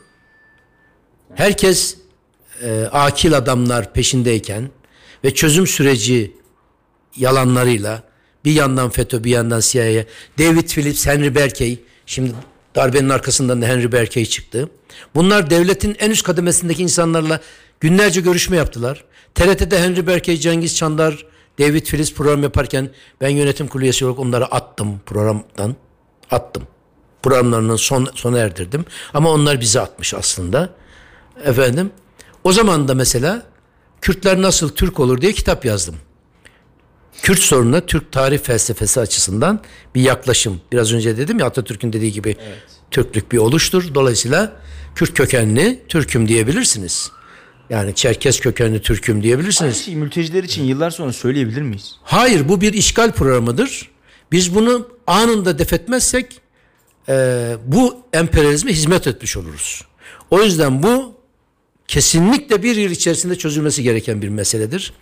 Speaker 3: Herkes akil adamlar peşindeyken ve çözüm süreci yalanlarıyla bir yandan FETÖ bir yandan CIA, David Phillips, Henry Berkey, şimdi darbenin arkasından da Henry Berkey çıktı. Bunlar devletin en üst kademesindeki insanlarla günlerce görüşme yaptılar. TRT'de Henry Berkey, Cengiz Çandar, David Phillips program yaparken ben yönetim kurulu üyesi olarak onları programdan. Programlarını sona erdirdim. Ama onlar bizi atmış aslında. Efendim, o zaman da mesela Kürtler nasıl Türk olur diye kitap yazdım. Kürt sorununa Türk tarih felsefesi açısından bir yaklaşım. Biraz önce dedim ya, Atatürk'ün dediği gibi evet. Türklük bir oluştur. Dolayısıyla Kürt kökenli Türk'üm diyebilirsiniz. Yani Çerkes kökenli Türk'üm diyebilirsiniz.
Speaker 2: Aynı şeyi mülteciler için yıllar sonra söyleyebilir miyiz?
Speaker 3: Hayır, bu bir işgal programıdır. Biz bunu anında defetmezsek bu emperyalizme hizmet etmiş oluruz. O yüzden bu kesinlikle bir yıl içerisinde çözülmesi gereken bir meseledir.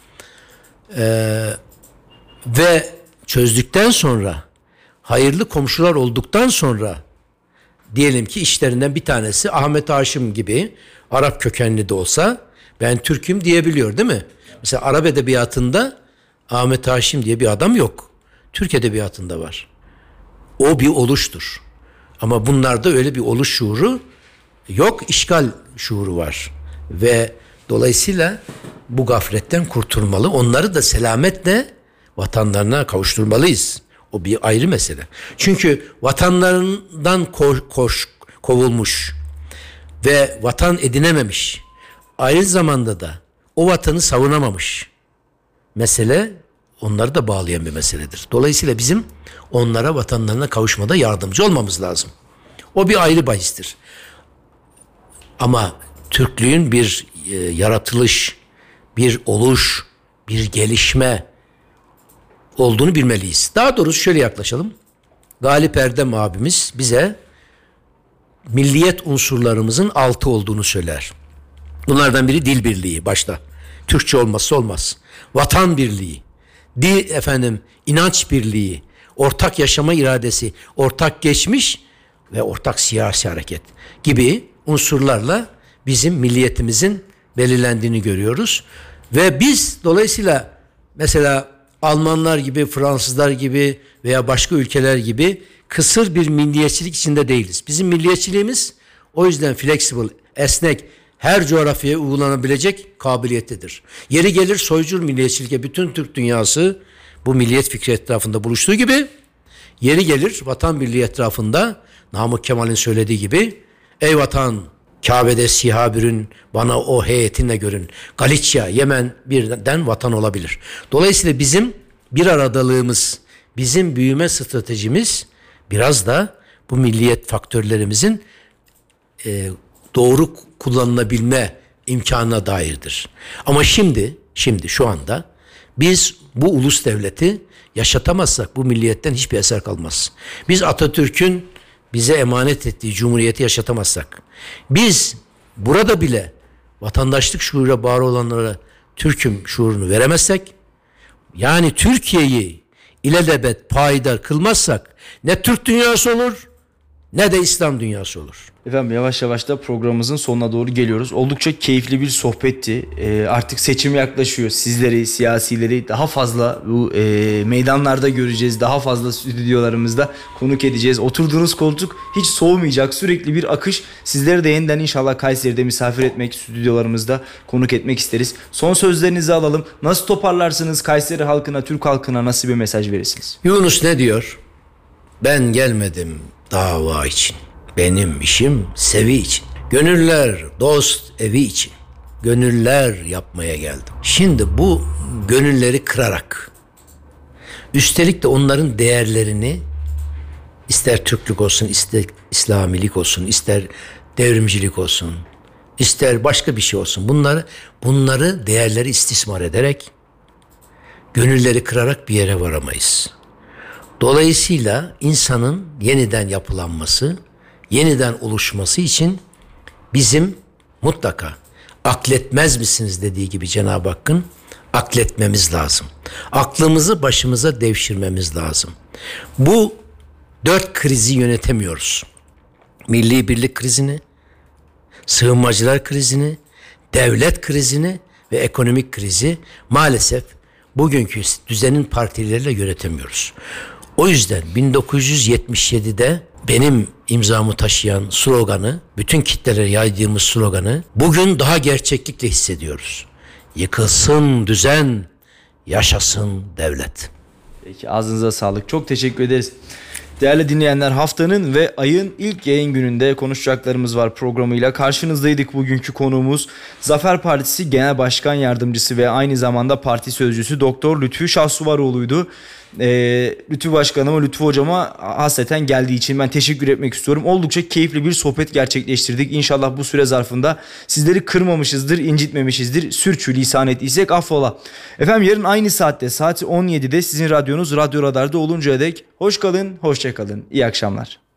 Speaker 3: Ve çözdükten sonra, hayırlı komşular olduktan sonra, diyelim ki işlerinden bir tanesi Ahmet Haşim gibi Arap kökenli de olsa ben Türk'üm diyebiliyor değil mi? Mesela Arap edebiyatında Ahmet Haşim diye bir adam yok. Türk edebiyatında var. O bir oluştur. Ama bunlarda öyle bir oluş şuuru yok, işgal şuuru var. Ve dolayısıyla bu gafletten kurtulmalı. Onları da selametle vatanlarına kavuşturmalıyız. O bir ayrı mesele. Çünkü vatanlarından kovulmuş ve vatan edinememiş, aynı zamanda da o vatanı savunamamış mesele onları da bağlayan bir meseledir. Dolayısıyla bizim onlara vatanlarına kavuşmada yardımcı olmamız lazım. O bir ayrı bahistir. Ama Türklüğün bir yaratılış, bir oluş, bir gelişme olduğunu bilmeliyiz. Daha doğrusu şöyle yaklaşalım. Galip Erdem abimiz bize milliyet unsurlarımızın 6 olduğunu söyler. Bunlardan biri dil birliği başta. Türkçe olmazsa olmaz. Vatan birliği, inanç birliği, ortak yaşama iradesi, ortak geçmiş ve ortak siyasi hareket gibi unsurlarla bizim milliyetimizin belirlendiğini görüyoruz. Ve biz dolayısıyla mesela Almanlar gibi, Fransızlar gibi veya başka ülkeler gibi kısır bir milliyetçilik içinde değiliz. Bizim milliyetçiliğimiz o yüzden flexible, esnek, her coğrafyaya uygulanabilecek kabiliyettedir. Yeri gelir soycul milliyetçiliğe bütün Türk dünyası bu milliyet fikri etrafında buluştuğu gibi, yeri gelir vatan birliği etrafında Namık Kemal'in söylediği gibi, ey vatan Kabe'de siyah bürün, bana o heyetinle görün. Galicia, Yemen birden vatan olabilir. Dolayısıyla bizim bir aradalığımız, bizim büyüme stratejimiz biraz da bu milliyet faktörlerimizin doğru kullanılabilme imkanına dairdir. Ama şimdi şu anda biz bu ulus devleti yaşatamazsak bu milliyetten hiçbir eser kalmaz. Biz Atatürk'ün bize emanet ettiği cumhuriyeti yaşatamazsak, biz burada bile vatandaşlık şuuruyla bağlı olanlara Türk'üm şuurunu veremezsek, yani Türkiye'yi ilelebet payidar kılmazsak ne Türk dünyası olur ne de İslam dünyası olur.
Speaker 2: Efendim yavaş yavaş da programımızın sonuna doğru geliyoruz. Oldukça keyifli bir sohbetti. Artık seçim yaklaşıyor. Sizleri, siyasileri daha fazla bu meydanlarda göreceğiz. Daha fazla stüdyolarımızda konuk edeceğiz. Oturduğunuz koltuk hiç soğumayacak. Sürekli bir akış. Sizleri de yeniden inşallah Kayseri'de misafir etmek, stüdyolarımızda konuk etmek isteriz. Son sözlerinizi alalım. Nasıl toparlarsınız Kayseri halkına, Türk halkına nasıl bir mesaj verirsiniz?
Speaker 3: Yunus ne diyor? Ben gelmedim dava için. Benim işim sevi için. Gönüller dost evi için. Gönüller yapmaya geldim. Şimdi bu gönülleri kırarak, üstelik de onların değerlerini, ister Türklük olsun, ister İslamilik olsun, ister devrimcilik olsun, ister başka bir şey olsun, bunları değerleri istismar ederek, gönülleri kırarak bir yere varamayız. Dolayısıyla insanın yeniden yapılanması, yeniden oluşması için bizim mutlaka akletmez misiniz dediği gibi Cenab-ı Hakk'ın akletmemiz lazım. Aklımızı başımıza devşirmemiz lazım. Bu 4 krizi yönetemiyoruz. Milli birlik krizini, sığınmacılar krizini, devlet krizini ve ekonomik krizi maalesef bugünkü düzenin partileriyle yönetemiyoruz. O yüzden 1977'de benim imzamı taşıyan sloganı, bütün kitlelere yaydığımız sloganı bugün daha gerçeklikle hissediyoruz. Yıkılsın düzen, yaşasın devlet.
Speaker 2: Peki, ağzınıza sağlık. Çok teşekkür ederiz. Değerli dinleyenler, haftanın ve ayın ilk yayın gününde konuşacaklarımız var programıyla karşınızdaydık. Bugünkü konuğumuz Zafer Partisi Genel Başkan Yardımcısı ve aynı zamanda parti sözcüsü Doktor Lütfü Şahsuvaroğlu'ydu. Lütfü Başkanıma, Lütfü Hocama hasreten geldiği için ben teşekkür etmek istiyorum. Oldukça keyifli bir sohbet gerçekleştirdik. İnşallah bu süre zarfında sizleri kırmamışızdır, incitmemişizdir. Sürçülisan ettiysek affola. Efendim yarın aynı saatte, saat 17'de sizin radyonuz Radyo Radar'da oluncaya dek hoş kalın, hoşça kalın. İyi akşamlar.